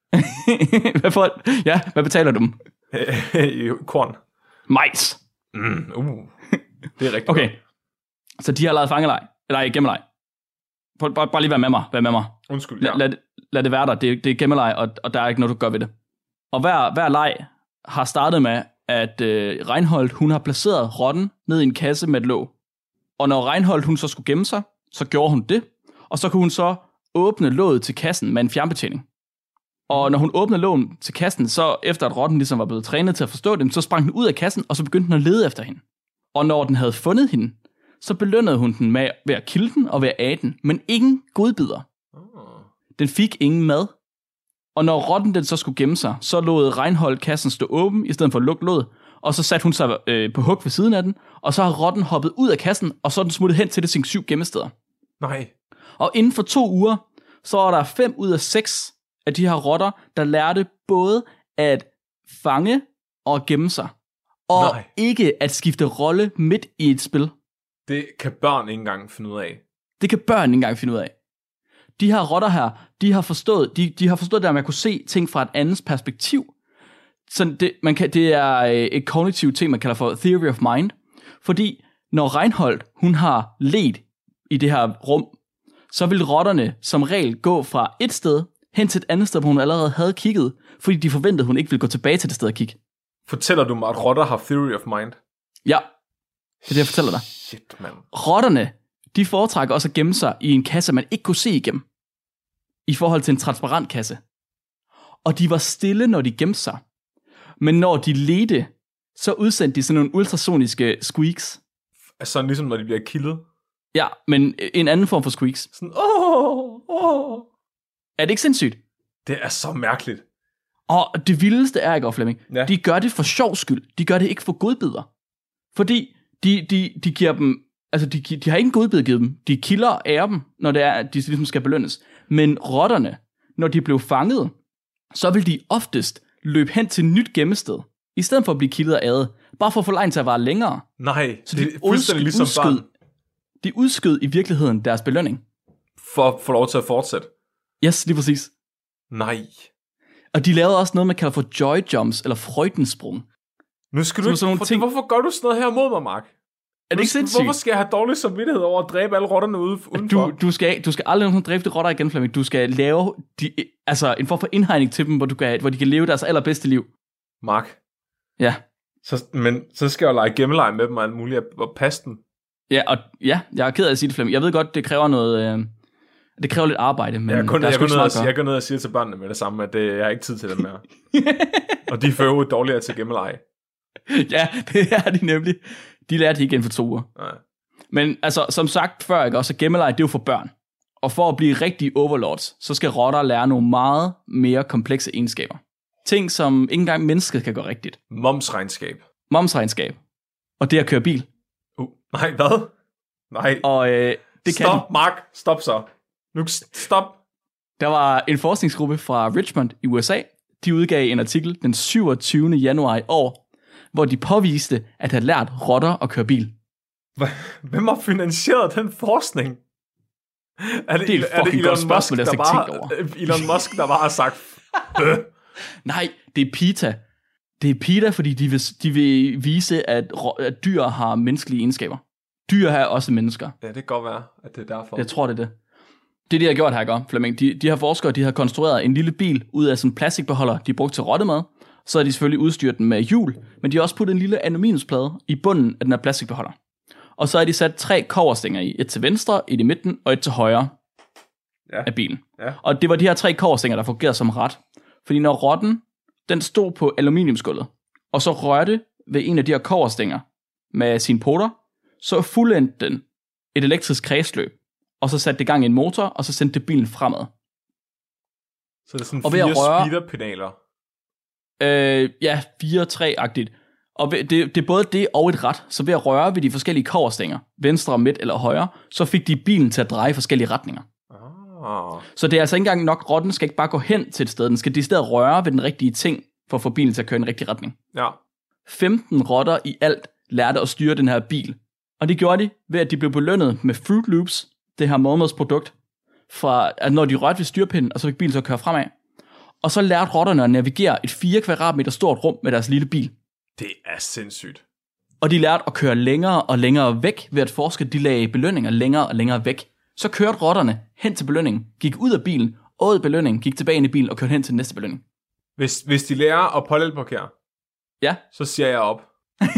hvad, for, ja, hvad betaler du dem? I korn. Majs. Mm, uh. Det er rigtigt. Okay, så de har lavet fangeleg. Eller gemmeleg. Bare, bare, bare lige vær med mig. Vær med mig. Undskyld, ja. Lad, lad, lad det være der. Det, det er gemmeleg, og, og der er ikke noget, du gør ved det. Og hver, hver leg har startet med, at øh, Reinholdt, hun har placeret rotten ned i en kasse med et låg. Og når Reinholdt, hun så skulle gemme sig, så gjorde hun det. Og så kunne hun så åbne låget til kassen med en fjernbetjening. Og når hun åbnede lågen til kassen, så efter at rotten ligesom var blevet trænet til at forstå dem, så sprang den ud af kassen, og så begyndte den at lede efter hende. Og når den havde fundet hende, så belønnede hun den med ved at kilde den og ved at æde den, men ingen godbidder. Den fik ingen mad. Og når rotten den så skulle gemme sig, så lod Reinholdt kassen stå åben, i stedet for at lukke låget, og så satte hun sig øh, på hug ved siden af den, og så har rotten hoppet ud af kassen, og så er den smuttet hen til det sine syv gemmesteder. Nej. Og inden for to uger, så er der fem ud af seks af de her rotter, der lærte både at fange og gemme sig, og Nej. ikke at skifte rolle midt i et spil. Det kan børn ikke engang finde ud af. Det kan børn ikke engang finde ud af. De her rotter her, de har forstået, de, de har forstået det, at man kunne se ting fra et andets perspektiv. Så det, man kan, det er et kognitivt ting, man kalder for theory of mind. Fordi når Reinholdt, hun har ledt i det her rum, så vil rotterne som regel gå fra et sted hen til et andet sted, hvor hun allerede havde kigget, fordi de forventede, at hun ikke ville gå tilbage til det sted og kigge. Fortæller du mig, at rotter har theory of mind? Ja, det er det, jeg fortæller dig. Shit, mand. Rotterne, de foretrækker også at gemme sig i en kasse, man ikke kunne se igennem. I forhold til en transparent kasse. Og de var stille, når de gemte sig. Men når de ledte, så udsendte de sådan nogle ultrasoniske squeaks. Sådan ligesom når de bliver kildet. Ja, men en anden form for squeaks. Sådan, åh, åh. Er det ikke sindssygt? Det er så mærkeligt. Og det vildeste er, ikke, Flemming? Ja. De gør det for sjov skyld. De gør det ikke for godbidder. Fordi de, de, de giver dem... Altså, de, de har ikke en godbid givet dem. De kilder ærer dem, når det er, at de ligesom skal belønnes. Men rotterne, når de blev fanget, så vil de oftest løbe hen til et nyt gemmested, i stedet for at blive kildet og æret, bare for at få lejen til at vare længere. Nej, Så det de er fuldstændig ligesom udskød, børn. de udskød i virkeligheden deres belønning. for at få lov til at fortsætte. Yes, lige præcis. Nej. Og de lavede også noget, man kalder for joy jumps, eller freudensprung. Nu skal du ikke, for, ting... Hvorfor gør du sådan noget her mod mig, Mark? Er det ikke sindssygt? Hvorfor skal jeg have dårlig samvittighed over at dræbe alle rotterne ude, udenfor? Du, du, skal, du skal aldrig nogensinde dræbe de rotter igen, Flemming. Du skal lave de, altså en form for indhegning til dem, hvor, du kan, hvor de kan leve deres allerbedste liv. Mark? Ja. Så, men så skal jeg jo lege gemmeleje med dem og alt muligt og passe dem. Ja, og ja, jeg er ked af at sige det, Flemming. Jeg ved godt, det kræver noget... Øh, det kræver lidt arbejde, men jeg går, der jeg, går ned og, jeg går ned og siger til børnene med det samme, at det, jeg har ikke tid til dem mere. Og de fører jo dårligere til gemmeleje. Ja, det er de nemlig. De lærer det ikke inden for to uger. Nej. Men altså, som sagt før, ikke, også gemmeleje, det er jo for børn. Og for at blive rigtige overlords, så skal rotter lære nogle meget mere komplekse egenskaber. Ting, som ikke engang mennesket kan gøre rigtigt. Momsregnskab. Momsregnskab. Og det at køre bil. Uh, nej, hvad? Nej. Og øh, det stop, kan Mark. Stop så. Nu stop. Der var en forskningsgruppe fra Richmond i U S A. De udgav en artikel den syvogtyvende januar i år, hvor de påviste, at have lært rotter at køre bil. Hvem har finansieret den forskning? Er det, det er et er fucking det godt spørgsmål, Musk, der, der bare, over. Elon Musk, der bare har sagt... Øh. Nej, det er PETA. Det er PETA, fordi de vil, de vil vise, at, at dyr har menneskelige egenskaber. Dyr har også mennesker. Ja, det kan godt være, at det er derfor. Jeg tror, det er det. Det er det, jeg har gjort her, ikke, Flemming? De, de her forskere, de har konstrueret en lille bil ud af sådan en plastikbeholder, de brugte til rottemad. Så har de selvfølgelig udstyret den med hjul, men de har også puttet en lille aluminiumsplade i bunden af den her plastikbeholder. Og så har de sat tre kobberstænger i. Et til venstre, et i midten og et til højre ja. af bilen. Ja. Og det var de her tre kobberstænger, der fungerede som ret. Fordi når rotten, den stod på aluminiumsgulvet, og så rørte ved en af de her kobberstænger med sine poter, så fuldendte den et elektrisk kredsløb, og så satte det gang i en motor, og så sendte det bilen fremad. Så det er sådan og fire røre, speederpedaler? Øh, ja, fire tre-agtigt. Og det, det er både det og et rat, så ved at røre ved de forskellige kobberstænger, venstre, midt eller højre, så fik de bilen til at dreje i forskellige retninger. Ah. Så det er altså ikke engang nok, rotten skal ikke bare gå hen til et sted, den skal i stedet røre ved den rigtige ting, for at få bilen til at køre i en rigtig retning. Ja. femten rotter i alt lærte at styre den her bil. Og det gjorde de ved, at de blev belønnet med Fruit Loops, det her morgenmadsprodukt, fra at når de rørte ved styrpinden, og så fik bilen så at køre fremad. Og så lærte rotterne at navigere et fire kvadratmeter stort rum med deres lille bil. Det er sindssygt. Og de lærte at køre længere og længere væk, ved at forske, de lagde belønninger længere og længere væk. Så kørte rotterne hen til belønningen, gik ud af bilen, åd belønningen, gik tilbage ind i bilen og kørte hen til den næste belønning. Hvis, hvis de lærer at parallelparkere, ja. så siger jeg op.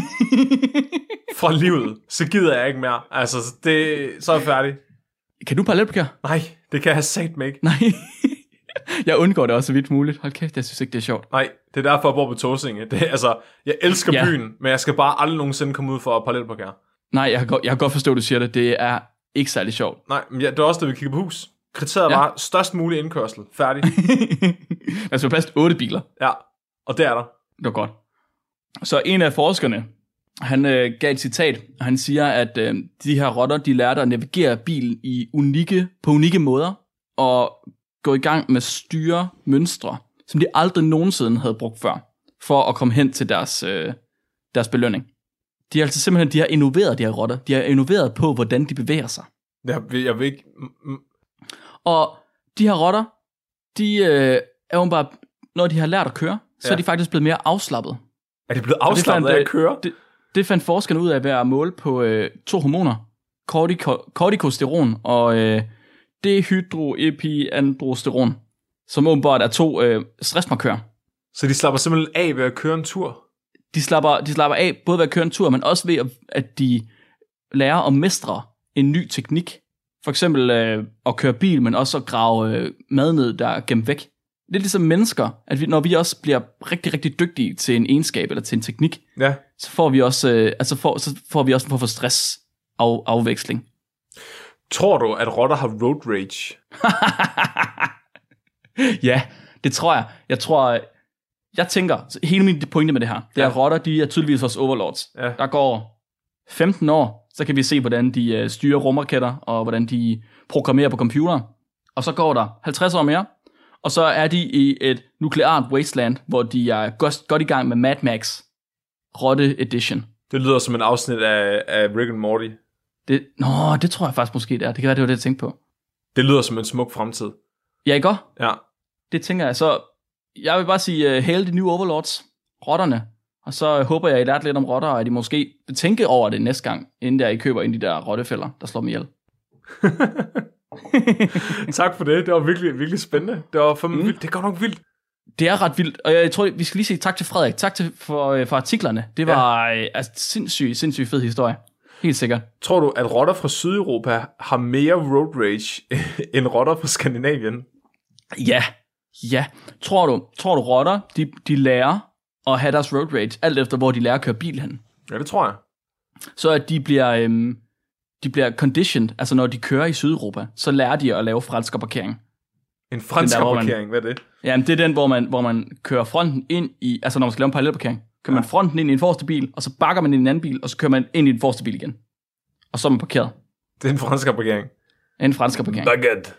Fra livet, så gider jeg ikke mere. Altså, det, så er jeg færdig. Kan du parallelparkere? Nej, det kan jeg satme ikke. Nej. Jeg undgår det også så vidt muligt. Hold kæft, jeg synes ikke, det er sjovt. Nej, det er derfor, jeg bor på Tåsinge. Det, altså, jeg elsker ja. byen, men jeg skal bare aldrig nogensinde komme ud for at parallelparkere. Nej, jeg kan, godt, jeg kan godt forstå, at du siger det. Det er ikke særlig sjovt. Nej, men ja, det er også, da vi kigger på hus. Kriteriet ja. var størst mulig indkørsel. Færdig. Der skal plads til otte biler. Ja, og det er der. Det var godt. Så en af forskerne, han øh, gav et citat, og han siger, at øh, de her rotter, de lærte at navigere bilen i unikke, på unikke måder, og gå i gang med styre mønstre, som de aldrig nogensinde havde brugt før, for at komme hen til deres, øh, deres belønning. De har altså simpelthen, de har innoveret, de her rotter. De har innoveret på, hvordan de bevæger sig. Jeg vil, jeg vil ikke... Mm. Og de her rotter, de øh, er jo bare, når de har lært at køre, så ja. er de faktisk blevet mere afslappet. Er de blevet afslappet af at køre? Det, det fandt forskerne ud af ved at måle på øh, to hormoner, Cortico, corticosteron og øh, dehydroepiandrosteron, som åbenbart er to øh, stressmarkører. Så de slapper simpelthen af ved at køre en tur? De slapper, de slapper af både ved at køre en tur, men også ved, at, at de lærer at mestre en ny teknik. For eksempel øh, at køre bil, men også at grave øh, mad ned, der er gemt væk. Det er ligesom mennesker, at vi, når vi også bliver rigtig, rigtig dygtige til en egenskab eller til en teknik, ja. så får vi også, øh, altså får, så får vi også en form for stress af, afveksling. Tror du, at rotter har road rage? Ja, det tror jeg. Jeg tror, jeg tænker, hele min pointe med det her, det er, ja. at rotter, de er tydeligvis vores overlords. Ja. Der går femten år, så kan vi se, hvordan de styrer rumraketter, og hvordan de programmerer på computer. Og så går der halvtreds år mere, og så er de i et nukleart wasteland, hvor de er godt, godt i gang med Mad Max Rotte Edition. Det lyder som en afsnit af, af Rick and Morty. Det, nå, det tror jeg faktisk måske, det er. Det kan være, det var det, jeg tænkte på. Det lyder som en smuk fremtid. Ja, ikke? Ja. Det tænker jeg. Så jeg vil bare sige, uh, hail the new overlords, rotterne. Og så uh, håber jeg, I lærte lidt om rotter, og at I måske vil tænke over det næste gang, inden der I køber ind de der rottefælder, der slår dem ihjel. Tak for det. Det var virkelig, virkelig spændende. Det var for mm. vildt. Det er godt nok vildt. Det er ret vildt, og jeg tror, vi skal lige sige tak til Frederik. Tak til, for, for artiklerne. Det var ja. altså, sindssygt, sindssygt fed historie. Helt sikkert. Tror du, at rotter fra Sydeuropa har mere road rage end rotter fra Skandinavien? Ja, ja. Tror du, tror du rotter, de, de lærer at have deres road rage, alt efter hvor de lærer at køre bil hen? Ja, det tror jeg. Så at de bliver, øhm, de bliver conditioned, altså når de kører i Sydeuropa, så lærer de at lave franskparkering. En franskparkering, hvad er det? Jamen, det er den, hvor man, hvor man kører fronten ind i, altså når man skal lave en parallelparkering, kører ja. man fronten ind i en forreste bil, og så bakker man ind i en anden bil, og så kører man ind i den forreste bil igen. Og så er man parkeret. Det er en franskparkering. En franskparkering. Baguette.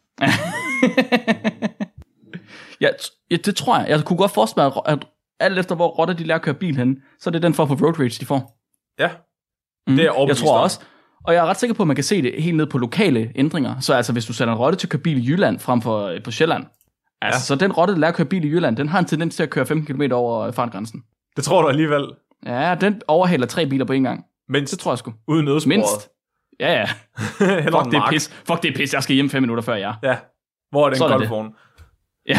ja, ja, det tror jeg. Jeg kunne godt forestille mig, at alt efter hvor rotter de lærer at køre bil hen, så er det den form for road rage, de får. Ja, mm. det er overbevist. Jeg tror også, og jeg er ret sikker på, at man kan se det helt ned på lokale ændringer. Så altså, hvis du sætter en rotte til at køre bil i Jylland frem for øh, på Sjælland, altså, ja. så den rotte, der lærer at køre bil i Jylland, den har en tendens til at køre femten kilometer over fartgrænsen. Det tror du alligevel? Ja, den overhaler tre biler på en gang. Mindst. Det tror jeg sgu. Uden nødsporet. Mindst. Ja, ja. Fuck, det er pis. Fuck, det er pis. Jeg skal hjem fem minutter før jeg. Ja. Hvor er den golfvogn? Ja.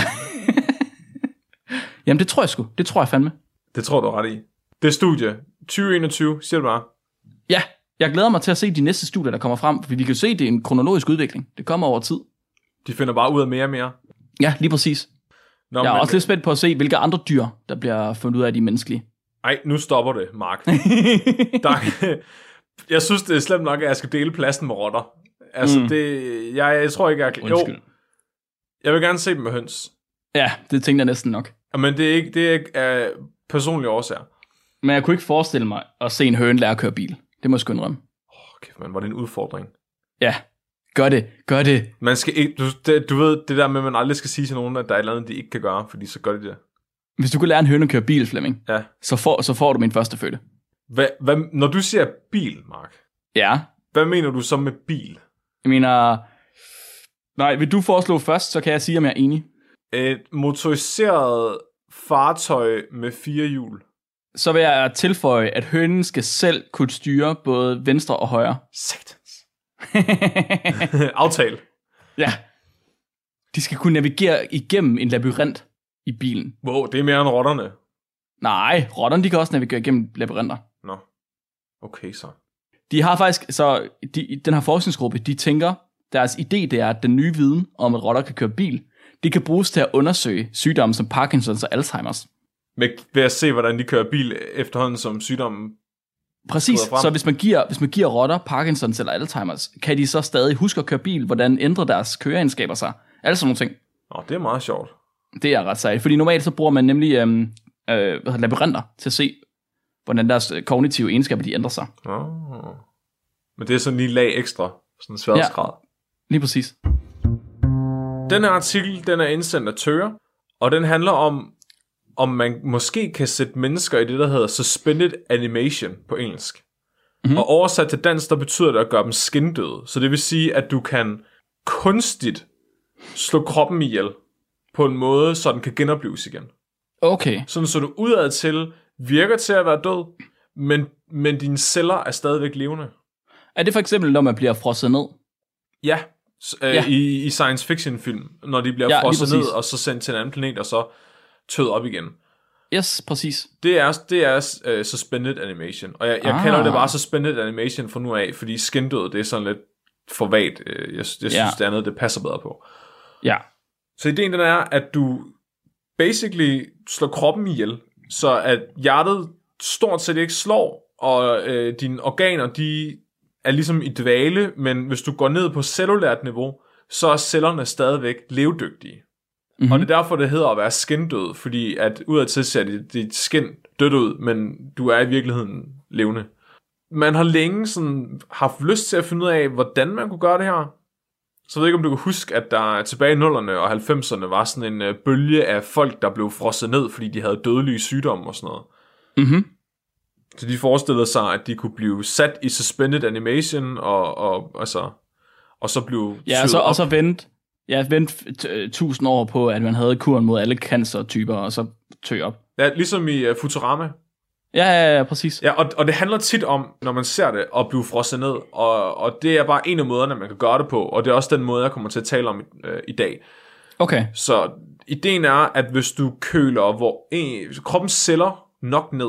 Jamen, det tror jeg sgu. Det tror jeg fandme. Det tror du ret i. Det er studie. tyve enogtyve, siger du bare. Ja, jeg glæder mig til at se de næste studier, der kommer frem, fordi vi kan se, at det er en kronologisk udvikling. Det kommer over tid. De finder bare ud af mere og mere. Ja, lige præcis. Nå, jeg er men... også lidt spændt på at se, hvilke andre dyr, der bliver fundet ud af de menneskelige. Ej, nu stopper det, Mark. der... Jeg synes, det er slemt nok, at jeg skal dele pladsen med rotter. Altså, mm. det... Jeg, jeg tror ikke, jeg... Undskyld. Jo, jeg vil gerne se dem med høns. Ja, det tænkte jeg næsten nok. Men det er ikke, det er ikke uh, personlige årsager. Men jeg kunne ikke forestille mig at se en høne lære at køre bil. Det må jeg sgu indrømme. Åh, oh, kæft, man, var det en udfordring? Ja, gør det, gør det. Man skal ikke, du, det, du ved, det der med, at man aldrig skal sige til nogen, at der er et eller andet, de ikke kan gøre, fordi så gør de det. Hvis du kan lære en høne at køre bil, Flemming, ja. så, får, så får du min første fødte. Hvad, hvad, når du siger bil, Mark, ja. Hvad mener du så med bil? Jeg mener... Nej, vil du foreslå først, så kan jeg sige, om jeg er enig. Et motoriseret fartøj med fire hjul. Så vil jeg tilføje, at hønen skal selv kunne styre både venstre og højre. Satans. Aftale. Ja. De skal kunne navigere igennem en labyrint i bilen. Wow, det er mere end rotterne. Nej, rotterne de kan også navigere igennem labyrinter. Nå, okay så. De har faktisk, så de, den her forskningsgruppe, de tænker, deres idé det er, at den nye viden om, at rotter kan køre bil, det kan bruges til at undersøge sygdomme som Parkinsons og Alzheimers. Med, ved at se, hvordan de kører bil efterhånden som sygdommen. Præcis, så hvis man, giver, hvis man giver rotter Parkinsons eller Alzheimers, kan de så stadig huske at køre bil, hvordan ændrer deres køreegenskaber sig. Alle sådan nogle ting. Nå, det er meget sjovt. Det er ret sejt, fordi normalt så bruger man nemlig øhm, øh, labyrinter til at se, hvordan deres kognitive egenskaber de ændrer sig. Oh. Men det er sådan lige lag ekstra, sådan en sværhedsgrad. Ja, lige præcis. Den her artikel, den er indsendt af Tøre, og den handler om, om man måske kan sætte mennesker i det, der hedder suspended animation på engelsk. Mm-hmm. Og oversat til dansk, der betyder det at gøre dem skindøde. Så det vil sige, at du kan kunstigt slå kroppen ihjel på en måde, så den kan genopleves igen. Okay. Sådan så du udad til virker til at være død, men, men dine celler er stadigvæk levende. Er det for eksempel, når man bliver frosset ned? Ja, øh, ja. I, i science fiction film, når de bliver ja, frosset ned, og så sendt til en anden planet, og så tød op igen. Yes, præcis. Det er, det er uh, suspended animation, og jeg, jeg ah. kalder det bare suspended animation fra nu af, fordi skindød, det er sådan lidt for vagt. Jeg, jeg synes, ja. det andet, det passer bedre på. Ja. Så ideen den er, at du basically slår kroppen ihjel, så at hjertet stort set ikke slår, og øh, dine organer, de er ligesom i dvale, men hvis du går ned på cellulært niveau, så er cellerne stadigvæk levedygtige. Mm-hmm. Og det er derfor, det hedder at være skindød, fordi at udadtil ser dit, dit skin dødt ud, men du er i virkeligheden levende. Man har længe sådan haft lyst til at finde ud af, hvordan man kunne gøre det her. Så jeg ved ikke, om du kan huske, at der tilbage i nullerne og halvfemserne var sådan en uh, bølge af folk, der blev frosset ned, fordi de havde dødelige sygdomme og sådan noget. Mhm. Så de forestillede sig, at de kunne blive sat i suspended animation, og, og, altså, og så blive ja, og så, og så vente ja, vent tusind år på, at man havde kuren mod alle cancertyper, og så tø op. Ja, ligesom i uh, Futurama. Ja, ja, ja, præcis. Ja, og, og det handler tit om, når man ser det, at blive frosset ned, og, og det er bare en af måderne, man kan gøre det på, og det er også den måde, jeg kommer til at tale om øh, i dag. Okay. Så ideen er, at hvis du køler hvor en, kroppens celler nok ned,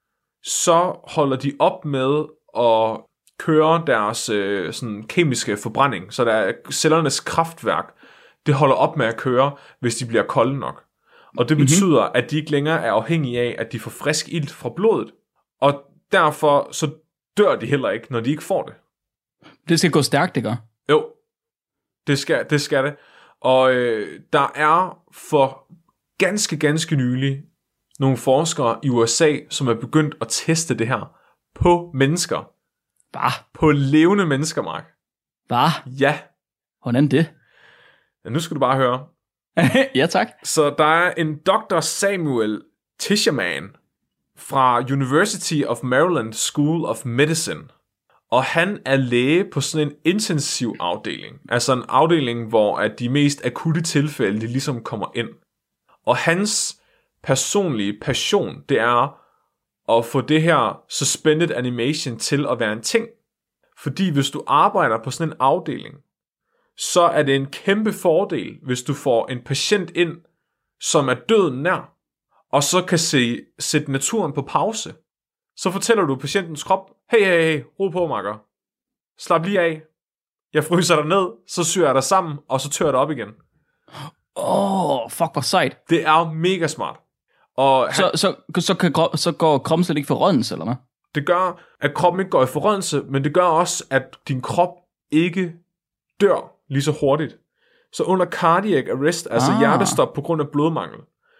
så holder de op med at køre deres øh, sådan kemiske forbrænding, så der er cellernes kraftværk, det holder op med at køre, hvis de bliver kolde nok. Og det betyder, mm-hmm. at de ikke længere er afhængige af, at de får frisk ilt fra blodet. Og derfor så dør de heller ikke, når de ikke får det. Det skal gå stærkt, det gør. Jo, det skal det. Skal det. Og øh, der er for ganske, ganske nylig nogle forskere i U S A, som er begyndt at teste det her på mennesker. Hvad? På levende mennesker, Mark. Hvad? Ja. Hvordan det? Ja, nu skal du bare høre. Ja, tak. Så der er en doktor Samuel Tischerman fra University of Maryland School of Medicine. Og han er læge på sådan en intensiv afdeling. Altså en afdeling, hvor at de mest akutte tilfælde, de ligesom kommer ind. Og hans personlige passion, det er at få det her suspended animation til at være en ting. Fordi hvis du arbejder på sådan en afdeling, så er det en kæmpe fordel, hvis du får en patient ind, som er døden nær, og så kan se, sætte naturen på pause. Så fortæller du patientens krop, hey, hey, hey, ro på, makker. Slap lige af. Jeg fryser dig ned, så syr jeg dig sammen, og så tør jeg dig op igen. Åh, oh, fuck, hvor sejt. Det er mega smart. Og han, så, så, så, kan, så går kroppen slet ikke forrådnelse, eller hvad? Det gør, at kroppen ikke går i forrådnelse, men det gør også, at din krop ikke dør lige så hurtigt. Så under cardiac arrest, altså ah. hjertestop på grund af blodmangel,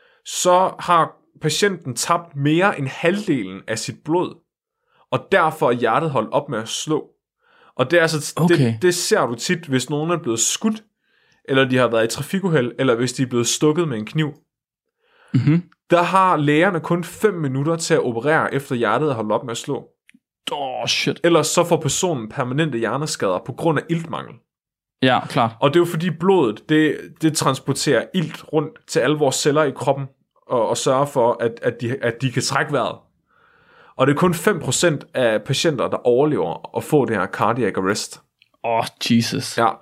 så har patienten tabt mere end halvdelen af sit blod, og derfor er hjertet holdt op med at slå. Og det, er altså, okay. det, det ser du tit, hvis nogen er blevet skudt, eller de har været i trafikuheld, eller hvis de er blevet stukket med en kniv. Mm-hmm. Der har lægerne kun fem minutter til at operere, efter hjertet er holdt op med at slå. Oh, shit. Ellers så får personen permanente hjerneskader på grund af iltmangel. Ja, klart. Og det er jo fordi blodet, det, det transporterer ilt rundt til alle vores celler i kroppen, og, og sørger for, at, at, de, at de kan trække vejret. Og det er kun fem procent af patienter, der overlever at få det her cardiac arrest. Åh, oh, Jesus. Ja.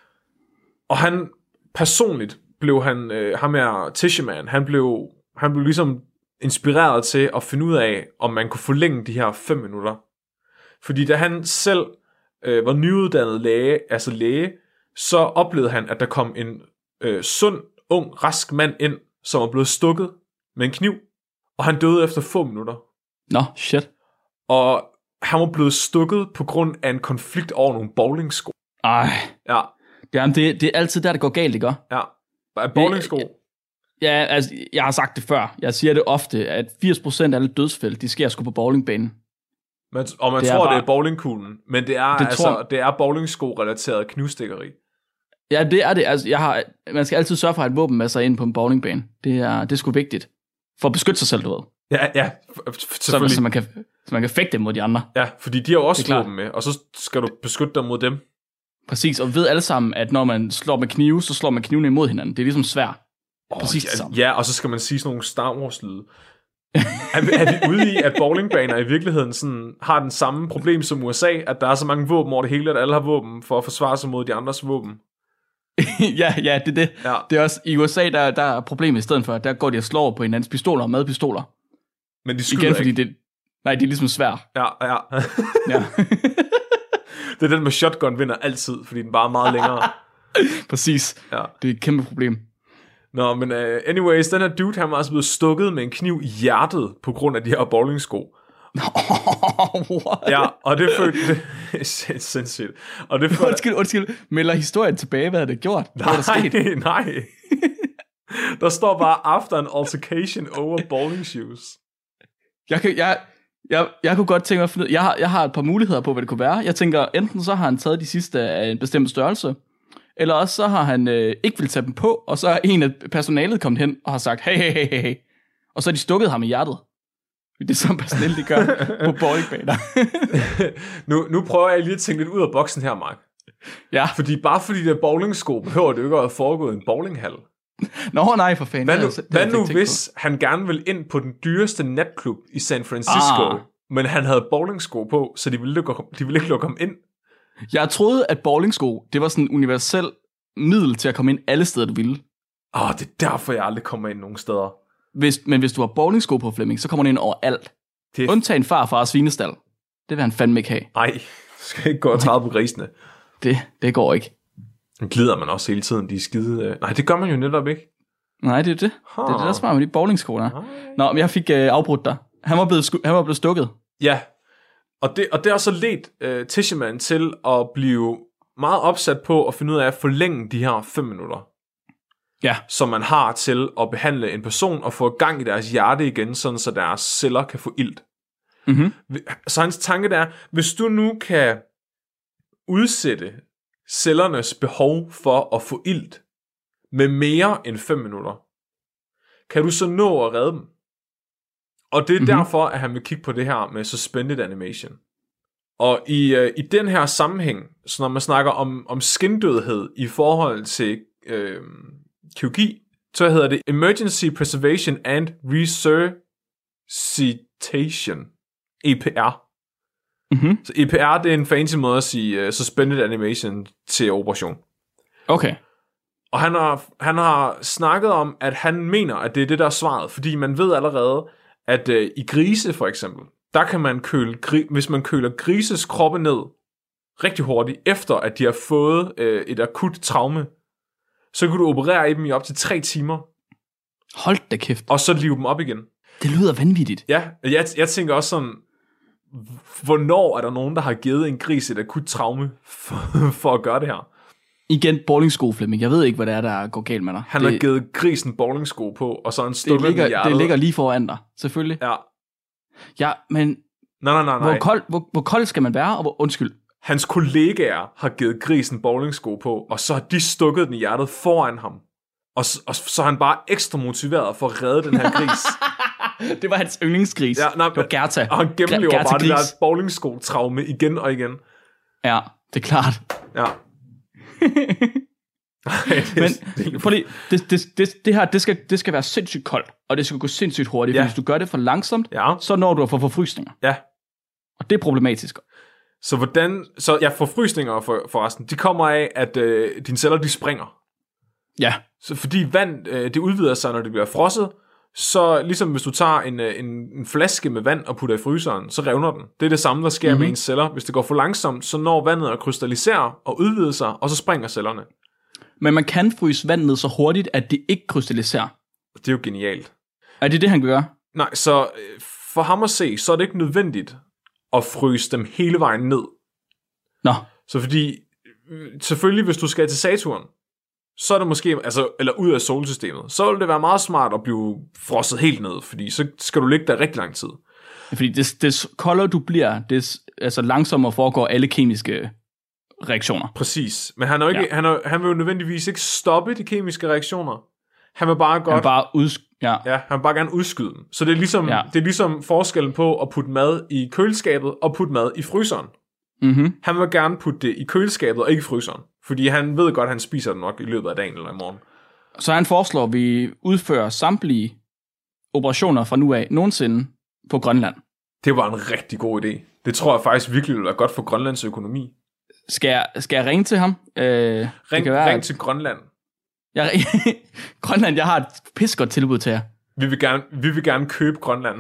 Og han, personligt blev han, øh, ham her Tischerman, han blev, han blev ligesom inspireret til at finde ud af, om man kunne forlænge de her fem minutter. Fordi da han selv øh, var nyuddannet læge, altså læge, så oplevede han, at der kom en øh, sund, ung, rask mand ind, som var blevet stukket med en kniv, og han døde efter få minutter. Nå, no, shit. Og han var blevet stukket på grund af en konflikt over nogle bowlingsko. Ej. Ja. Jamen, det, det er altid der, det går galt, ikke? Ja. Bowlingsko. Ja, altså, jeg har sagt det før. Jeg siger det ofte, at firs procent af alle dødsfald, de sker sgu på bowlingbanen. Man, og man det tror, bare, det er bowlingkuglen, men det er, det altså, tror, det er bowlingsko-relateret knivstikkeri. Ja, det er det. Altså, jeg har, man skal altid sørge for at have et våben med sig ind på en bowlingbane. Det er, det er sgu vigtigt. For at beskytte sig selv, du ved. Ja, ja, selvfølgelig. Så, så, man kan, så man kan fægte dem mod de andre. Ja, fordi de har jo også våben med, og så skal du beskytte dem mod dem. Præcis, og vi ved alle sammen, at når man slår med knive, så slår man knivene imod hinanden. Det er ligesom svært. Oh, præcis ja, det samme. Ja, og så skal man sige sådan nogle Star Wars-lyde. er, vi, er vi ude i, at bowlingbaner i virkeligheden sådan, har den samme problem som U S A, at der er så mange våben over det hele, at alle har våben for at forsvare sig mod de andres våben? ja, ja, det er det. Ja. Det er også i U S A, der, der er problemet i stedet for, der går de og slår på hinandens pistoler og madpistoler. Men de skyder igen, fordi ikke. Det, nej, det er ligesom svært. Ja, ja. ja. Det er den med shotgun vinder altid, fordi den bare er meget længere. Præcis. Ja. Det er et kæmpe problem. Nå, men uh, anyways, den her dude, han var altså blevet stukket med en kniv i hjertet på grund af de her bowlingsko. What? Ja, og det følte det sindssygt. Og det følte... Undskyld, undskyld. Melder historien tilbage, hvad havde det gjort? Nej, hvad der sket? nej. Der står bare, after an altercation over bowling shoes. Jeg, kan, jeg, jeg, jeg kunne godt tænke mig at finde ud. Jeg har, jeg har et par muligheder på, hvad det kunne være. Jeg tænker, enten så har han taget de sidste af en bestemt størrelse, eller også så har han øh, ikke vil tage dem på, og så er en af personalet kommet hen og har sagt, hey, hey, hey, hey. Og så har de stukket ham i hjertet. Det er sådan personale, de gør på bowlingbaner. nu, nu prøver jeg lige at tænke lidt ud af boksen her, Mark. Ja. Fordi bare fordi det er bowlingsko, behøver det jo ikke at have foregået i en bowlinghal. Nå nej, for fanden. Hvad nu, det, hvad nu hvis på. han gerne vil ind på den dyreste natklub i San Francisco, ah. men han havde bowlingsko på, så de ville, lukke, de ville ikke lukke ham ind? Jeg troede, at bowlingsko, det var sådan en universel middel til at komme ind alle steder, du ville. Åh, oh, det er derfor, jeg aldrig kommer ind nogen steder. Hvis, men hvis du har bowlingsko på, Flemming, så kommer du ind overalt. Det... Undtagen far og svinestal. Det vil han fandme ikke have. Nej, du skal ikke gå og træde på grisene. Det, det går ikke. Nu glider man også hele tiden, de er skide... Nej, det gør man jo netop ikke. Nej, det er det. Huh. Det er det, der er smart med de bowlingsko der. Nå, men jeg fik øh, afbrudt dig. Han var blevet, sku- han var blevet stukket. Ja, og det, og det har så ledt øh, Tischerman til at blive meget opsat på at finde ud af at forlænge de her fem minutter. Ja. Som man har til at behandle en person og få gang i deres hjerte igen, sådan så deres celler kan få ilt. Mm-hmm. Så hans tanke der er, hvis du nu kan udsætte cellernes behov for at få ilt med mere end fem minutter, kan du så nå at redde dem? Og det er mm-hmm. derfor, at han vil kigge på det her med suspended animation. Og i, øh, i den her sammenhæng, så når man snakker om, om skindødhed i forhold til øh, kirurgi, så hedder det Emergency Preservation and Resuscitation, E P R. Mm-hmm. Så E P R, det er en fancy måde at sige uh, suspended animation til operation. Okay. Og han har, han har snakket om, at han mener, at det er det, der er svaret, fordi man ved allerede, at uh, i grise for eksempel, der kan man køle, gri- hvis man køler grises kroppe ned rigtig hurtigt, efter at de har fået uh, et akut traume, så kan du operere i dem i op til tre timer. Hold da kæft. Og så live dem op igen. Det lyder vanvittigt. Ja, jeg, jeg tænker også sådan, hvornår er der nogen, der har givet en gris et akut traume for, for at gøre det her? Igen, bowlingsko, Flemming. Jeg ved ikke, hvad det er, der går galt med dig. Han det, har givet grisen bowlingsko på, og så en stukket i hjertet. Det ligger lige foran dig, selvfølgelig. Ja. Ja, men... Nej, nej, nej, nej. Hvor kold, hvor, hvor kold skal man være, og hvor... Undskyld. Hans kollegaer har givet grisen bowlingsko på, og så har de stukket den i hjertet foran ham. Og, og så er han bare ekstra motiveret for at redde den her gris. Det var hans yndlingsgris. Ja, nej, det var Gerta. Og han gennemlever Gerta bare gris. Det der bowlingsko-traume igen og igen. Ja, det er klart. Ja. Men fordi det, det, det, det her, det skal, det skal være sindssygt koldt, og det skal gå sindssygt hurtigt. Ja. Hvis du gør det for langsomt, ja. så når du at få forfrysninger. Ja. Og det er problematisk. Så hvordan, så ja, forfrysninger for, forresten, de kommer af, at øh, dine celler, de springer. Ja. Så fordi vand, øh, det udvider sig, når det bliver frosset, så ligesom hvis du tager en, en, en flaske med vand og putter i fryseren, så revner den. Det er det samme, der sker mm-hmm. med ens celler. Hvis det går for langsomt, så når vandet at krystallisere og udvide sig, og så springer cellerne. Men man kan fryse vand ned så hurtigt, at det ikke krystalliserer. Det er jo genialt. Er det det, han gør? Nej, så for ham at se, så er det ikke nødvendigt at fryse dem hele vejen ned. Nå. Så fordi, selvfølgelig hvis du skal til Saturn, så er det måske, altså, eller ud af solsystemet, så vil det være meget smart at blive frosset helt ned, fordi så skal du ligge der rigtig lang tid. Fordi des, des koldere du bliver, des altså langsommere foregår alle kemiske reaktioner. Præcis, men han, er jo ikke, ja. han, er, han vil jo nødvendigvis ikke stoppe de kemiske reaktioner. Han vil bare godt... Han bare udsk- ja. Ja, han vil bare gerne udskyde dem. Så det er, ligesom, ja. det er ligesom forskellen på at putte mad i køleskabet og putte mad i fryseren. Mm-hmm. Han vil gerne putte det i køleskabet og ikke i fryseren. Fordi han ved godt, at han spiser det nok i løbet af dagen eller i morgen. Så han foreslår, at vi udfører samtlige operationer fra nu af nogensinde på Grønland. Det var en rigtig god idé. Det tror jeg faktisk virkelig vil være godt for Grønlands økonomi. Skal jeg, skal jeg ringe til ham? Øh, ring, kan være, ring til Grønland. Jeg, Grønland, jeg har et pissegodt tilbud til jer. Vi vil gerne, vi vil gerne købe Grønland.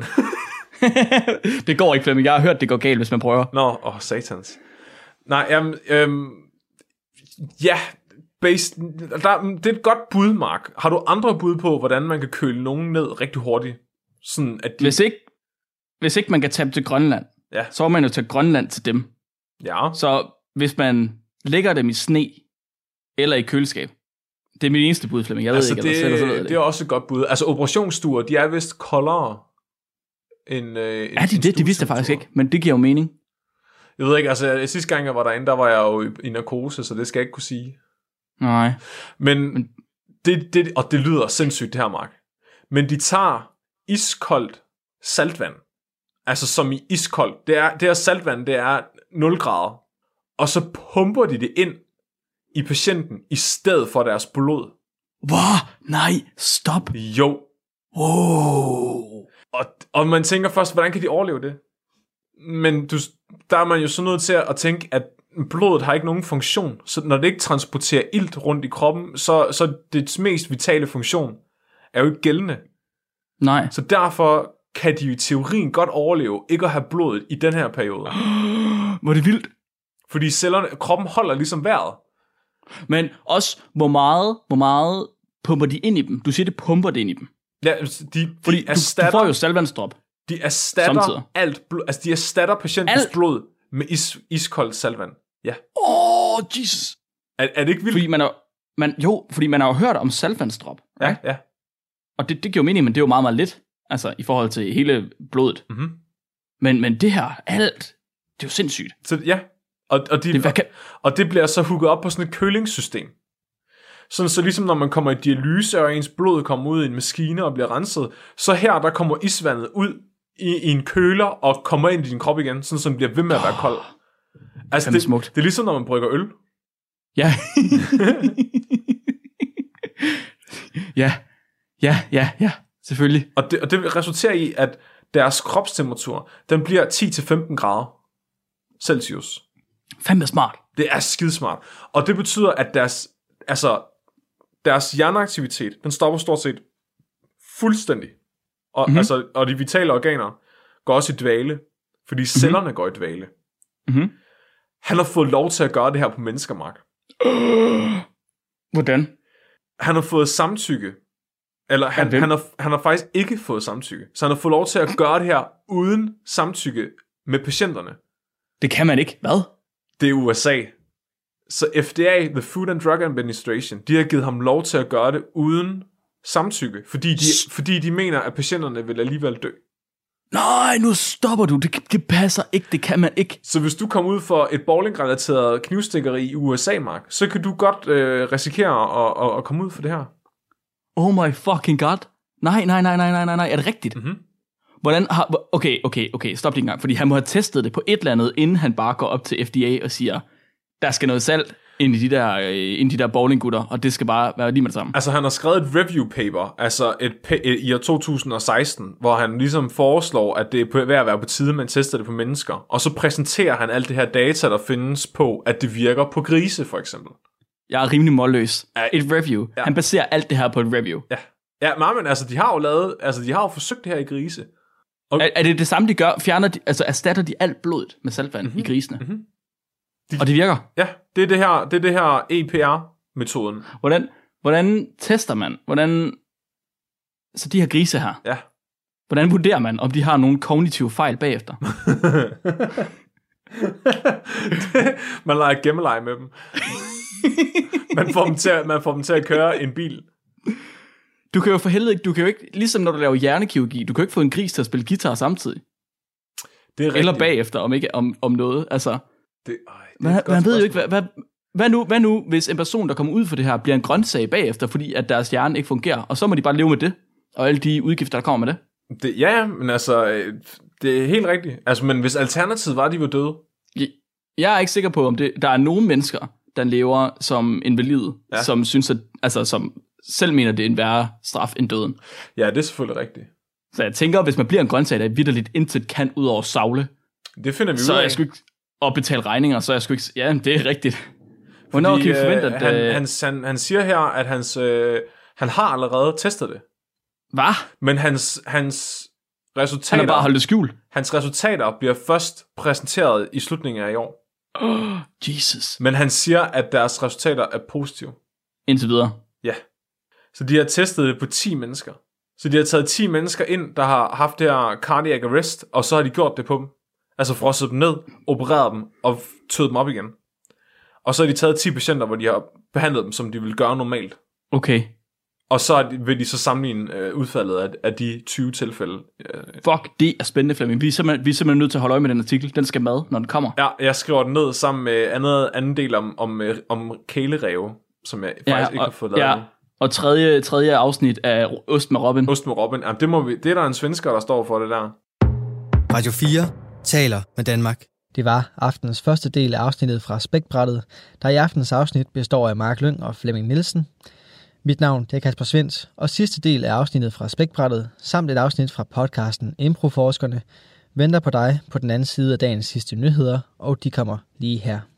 Det går ikke, Flemming. Jeg har hørt, det går galt, hvis man prøver. Nå, åh, oh, satans. Nej, um, um, ja, based, der, det er et godt bud, Mark. Har du andre bud på, hvordan man kan køle nogen ned rigtig hurtigt? Sådan, at de... hvis, ikke, hvis ikke man kan tage dem til Grønland, ja. så må man jo tage Grønland til dem. Ja. Så hvis man lægger dem i sne eller i køleskab, det er mit eneste bud, Flemming. Jeg ved altså ikke, det, eller selv, det. det er også et godt bud. Altså operationsstuer, de er vist koldere end... Øh, er de det? Det vidste jeg faktisk ikke, men det giver jo mening. Jeg ved ikke, altså sidste gang jeg var derinde, der var jeg jo i, i narkose, så det skal jeg ikke kunne sige. Nej. Men, men... Det, det, og det lyder sindssygt det her, Mark. Men de tager iskoldt saltvand, altså som i iskoldt. Det er, det her saltvand, det er nul grader. Og så pumper de det ind i patienten, i stedet for deres blod. Hvad? Nej, stop. Jo. Wow. Og, og man tænker først, hvordan kan de overleve det? Men du, der er man jo så nødt til at tænke, at blodet har ikke nogen funktion. Så når det ikke transporterer ilt rundt i kroppen, så, så det mest vitale funktion er jo ikke gældende. Nej. Så derfor kan de jo i teorien godt overleve ikke at have blodet i den her periode. Hvor er det vildt. Fordi cellerne, kroppen holder ligesom vejret. Men også, hvor meget, hvor meget pumper de ind i dem? Du siger, det pumper det ind i dem. Ja, de, Fordi de erstatter, du, du får jo salvandsdrop. De erstatter samtidig. alt blod. Altså, de erstatter patientens alt. blod med is, iskoldt salvand. Ja. Åh, oh, Jesus. Er, er det ikke vildt? Fordi man er, man, jo, fordi man har jo hørt om salvandsdrop. Ja, ja. Og det, det giver jo mening, men det er jo meget, meget lidt. Altså, i forhold til hele blodet. Mm-hmm. Men, men det her, alt, det er jo sindssygt. Så ja, og, og, de, det, og, kan... og det bliver så hooket op på sådan et kølingssystem. Sådan så ligesom når man kommer i dialyse, og ens blod kommer ud i en maskine og bliver renset, så her der kommer isvandet ud i, i en køler og kommer ind i din krop igen, sådan så den bliver ved med at være kold. Altså det, det, det er ligesom når man brygger øl. Ja. ja, ja, ja, ja, selvfølgelig. Og det, og det resulterer i, at deres kropstemperatur, den bliver ti til femten grader Celsius. Fandme smart. Det er skidesmart. Og det betyder, at deres, altså, deres hjerneaktivitet, den stopper stort set fuldstændig. Og, mm-hmm. altså, og de vitale organer går også i dvale, fordi mm-hmm. cellerne går i dvale. Mm-hmm. Han har fået lov til at gøre det her på mennesker, Mark. Hvordan? Han har fået samtykke. Eller han, han, har, han har faktisk ikke fået samtykke. Så han har fået lov til at gøre det her uden samtykke med patienterne. Det kan man ikke. Hvad? Det er U S A. Så F D A, The Food and Drug Administration, de har givet ham lov til at gøre det uden samtykke, fordi de, fordi de mener, at patienterne vil alligevel dø. Nej, nu stopper du. Det, det passer ikke. Det kan man ikke. Så hvis du kommer ud for et bowling-relateret knivstikkeri i U S A, Mark, så kan du godt øh, risikere at, at, at komme ud for det her. Oh my fucking god. Nej, nej, nej, nej, nej, nej, nej. Er det rigtigt? Mm-hmm. Hvordan har... Okay, okay, okay. Stop lige en gang. Fordi han må have testet det på et eller andet, inden han bare går op til F D A og siger, der skal noget salt ind i de der, øh, ind i de der bowlinggutter, og det skal bare være lige med det samme. Altså, han har skrevet et review paper, altså et, et, i år to tusind og seksten, hvor han ligesom foreslår, at det er ved at være på tide, man tester det på mennesker. Og så præsenterer han alt det her data, der findes på, at det virker på grise, for eksempel. Jeg er rimelig målløs. Ja. Et review. Ja. Han baserer alt det her på et review. Ja, ja men altså, de har jo lavet, altså, de har jo forsøgt det her i grise. Og... Er, er det det samme, de gør? Fjerner de, altså erstatter de alt blodet med saltvand mm-hmm. i grisene? Mm-hmm. De... Og det virker? Ja, det er det her, det er det her E P R-metoden. Hvordan, hvordan tester man? Hvordan... Så de her grise her. Ja. Hvordan vurderer man, om de har nogle kognitive fejl bagefter? Man leger gemmeleje med dem. man, får dem til at, man får dem til at køre en bil. Du kan jo for helvede ikke, du kan jo ikke, ligesom når du laver hjernekirurgi, du kan jo ikke få en gris til at spille guitar samtidig. Det er eller bagefter, om ikke om, om noget. Altså, det, øj, det man, man ved jo ikke, hvad, hvad, hvad, nu, hvad nu, hvis en person, der kommer ud for det her, bliver en grøntsag bagefter, fordi at deres hjerne ikke fungerer, og så må de bare leve med det, og alle de udgifter, der kommer med det. det ja, men altså, det er helt rigtigt. Altså, men hvis alternativet var, at de var døde. Jeg, jeg er ikke sikker på, om det, der er nogen mennesker, der lever som invalid, ja. som synes, at, altså, som selv mener, det er en værre straf end døden. Ja, det er selvfølgelig rigtigt. Så jeg tænker, hvis man bliver en grøntsag, der er vitterligt intet kan ud over savle, det finder vi så ud af. jeg sgu ikke at betale regninger, så jeg sgu ikke... Ja, det er rigtigt. Hvornår kan vi forvente, at... Han, øh... han, han, han siger her, at hans, øh, han har allerede testet det. Hvad? Men hans, hans resultater... Han har bare holdt det skjult. Hans resultater bliver først præsenteret i slutningen af i år. Oh, Jesus. Men han siger, at deres resultater er positive. Indtil videre. Ja. Så de har testet det på ti mennesker. Så de har taget ti mennesker ind, der har haft det her cardiac arrest, og så har de gjort det på dem. Altså frosset dem ned, opereret dem og tøet dem op igen. Og så har de taget ti patienter, hvor de har behandlet dem, som de ville gøre normalt. Okay. Og så vil de så sammenligne øh, udfaldet af, af de tyve tilfælde. Øh. Fuck, det er spændende, Flemming. Vi er, simpelthen, vi er simpelthen nødt til at holde øje med den artikel. Den skal med, når den kommer. Ja, jeg skriver den ned sammen med andet, anden del om, om, om kæleræve, som jeg faktisk ja, ikke og, har fået lavet. Ja, og tredje, tredje afsnit af Ost med Robin. Ost med Robin. Ja, det, må vi, det er der en svensker, der står for det der. Radio fire taler med Danmark. Det var aftenens første del af afsnittet fra Spækbrættet, der i aftenens afsnit består af Mark Lyng og Flemming Nielsen. Mit navn det er Kasper Svendt, og sidste del af afsnittet fra Spækbrættet, samt et afsnit fra podcasten Improforskerne, venter på dig på den anden side af dagens sidste nyheder, og de kommer lige her.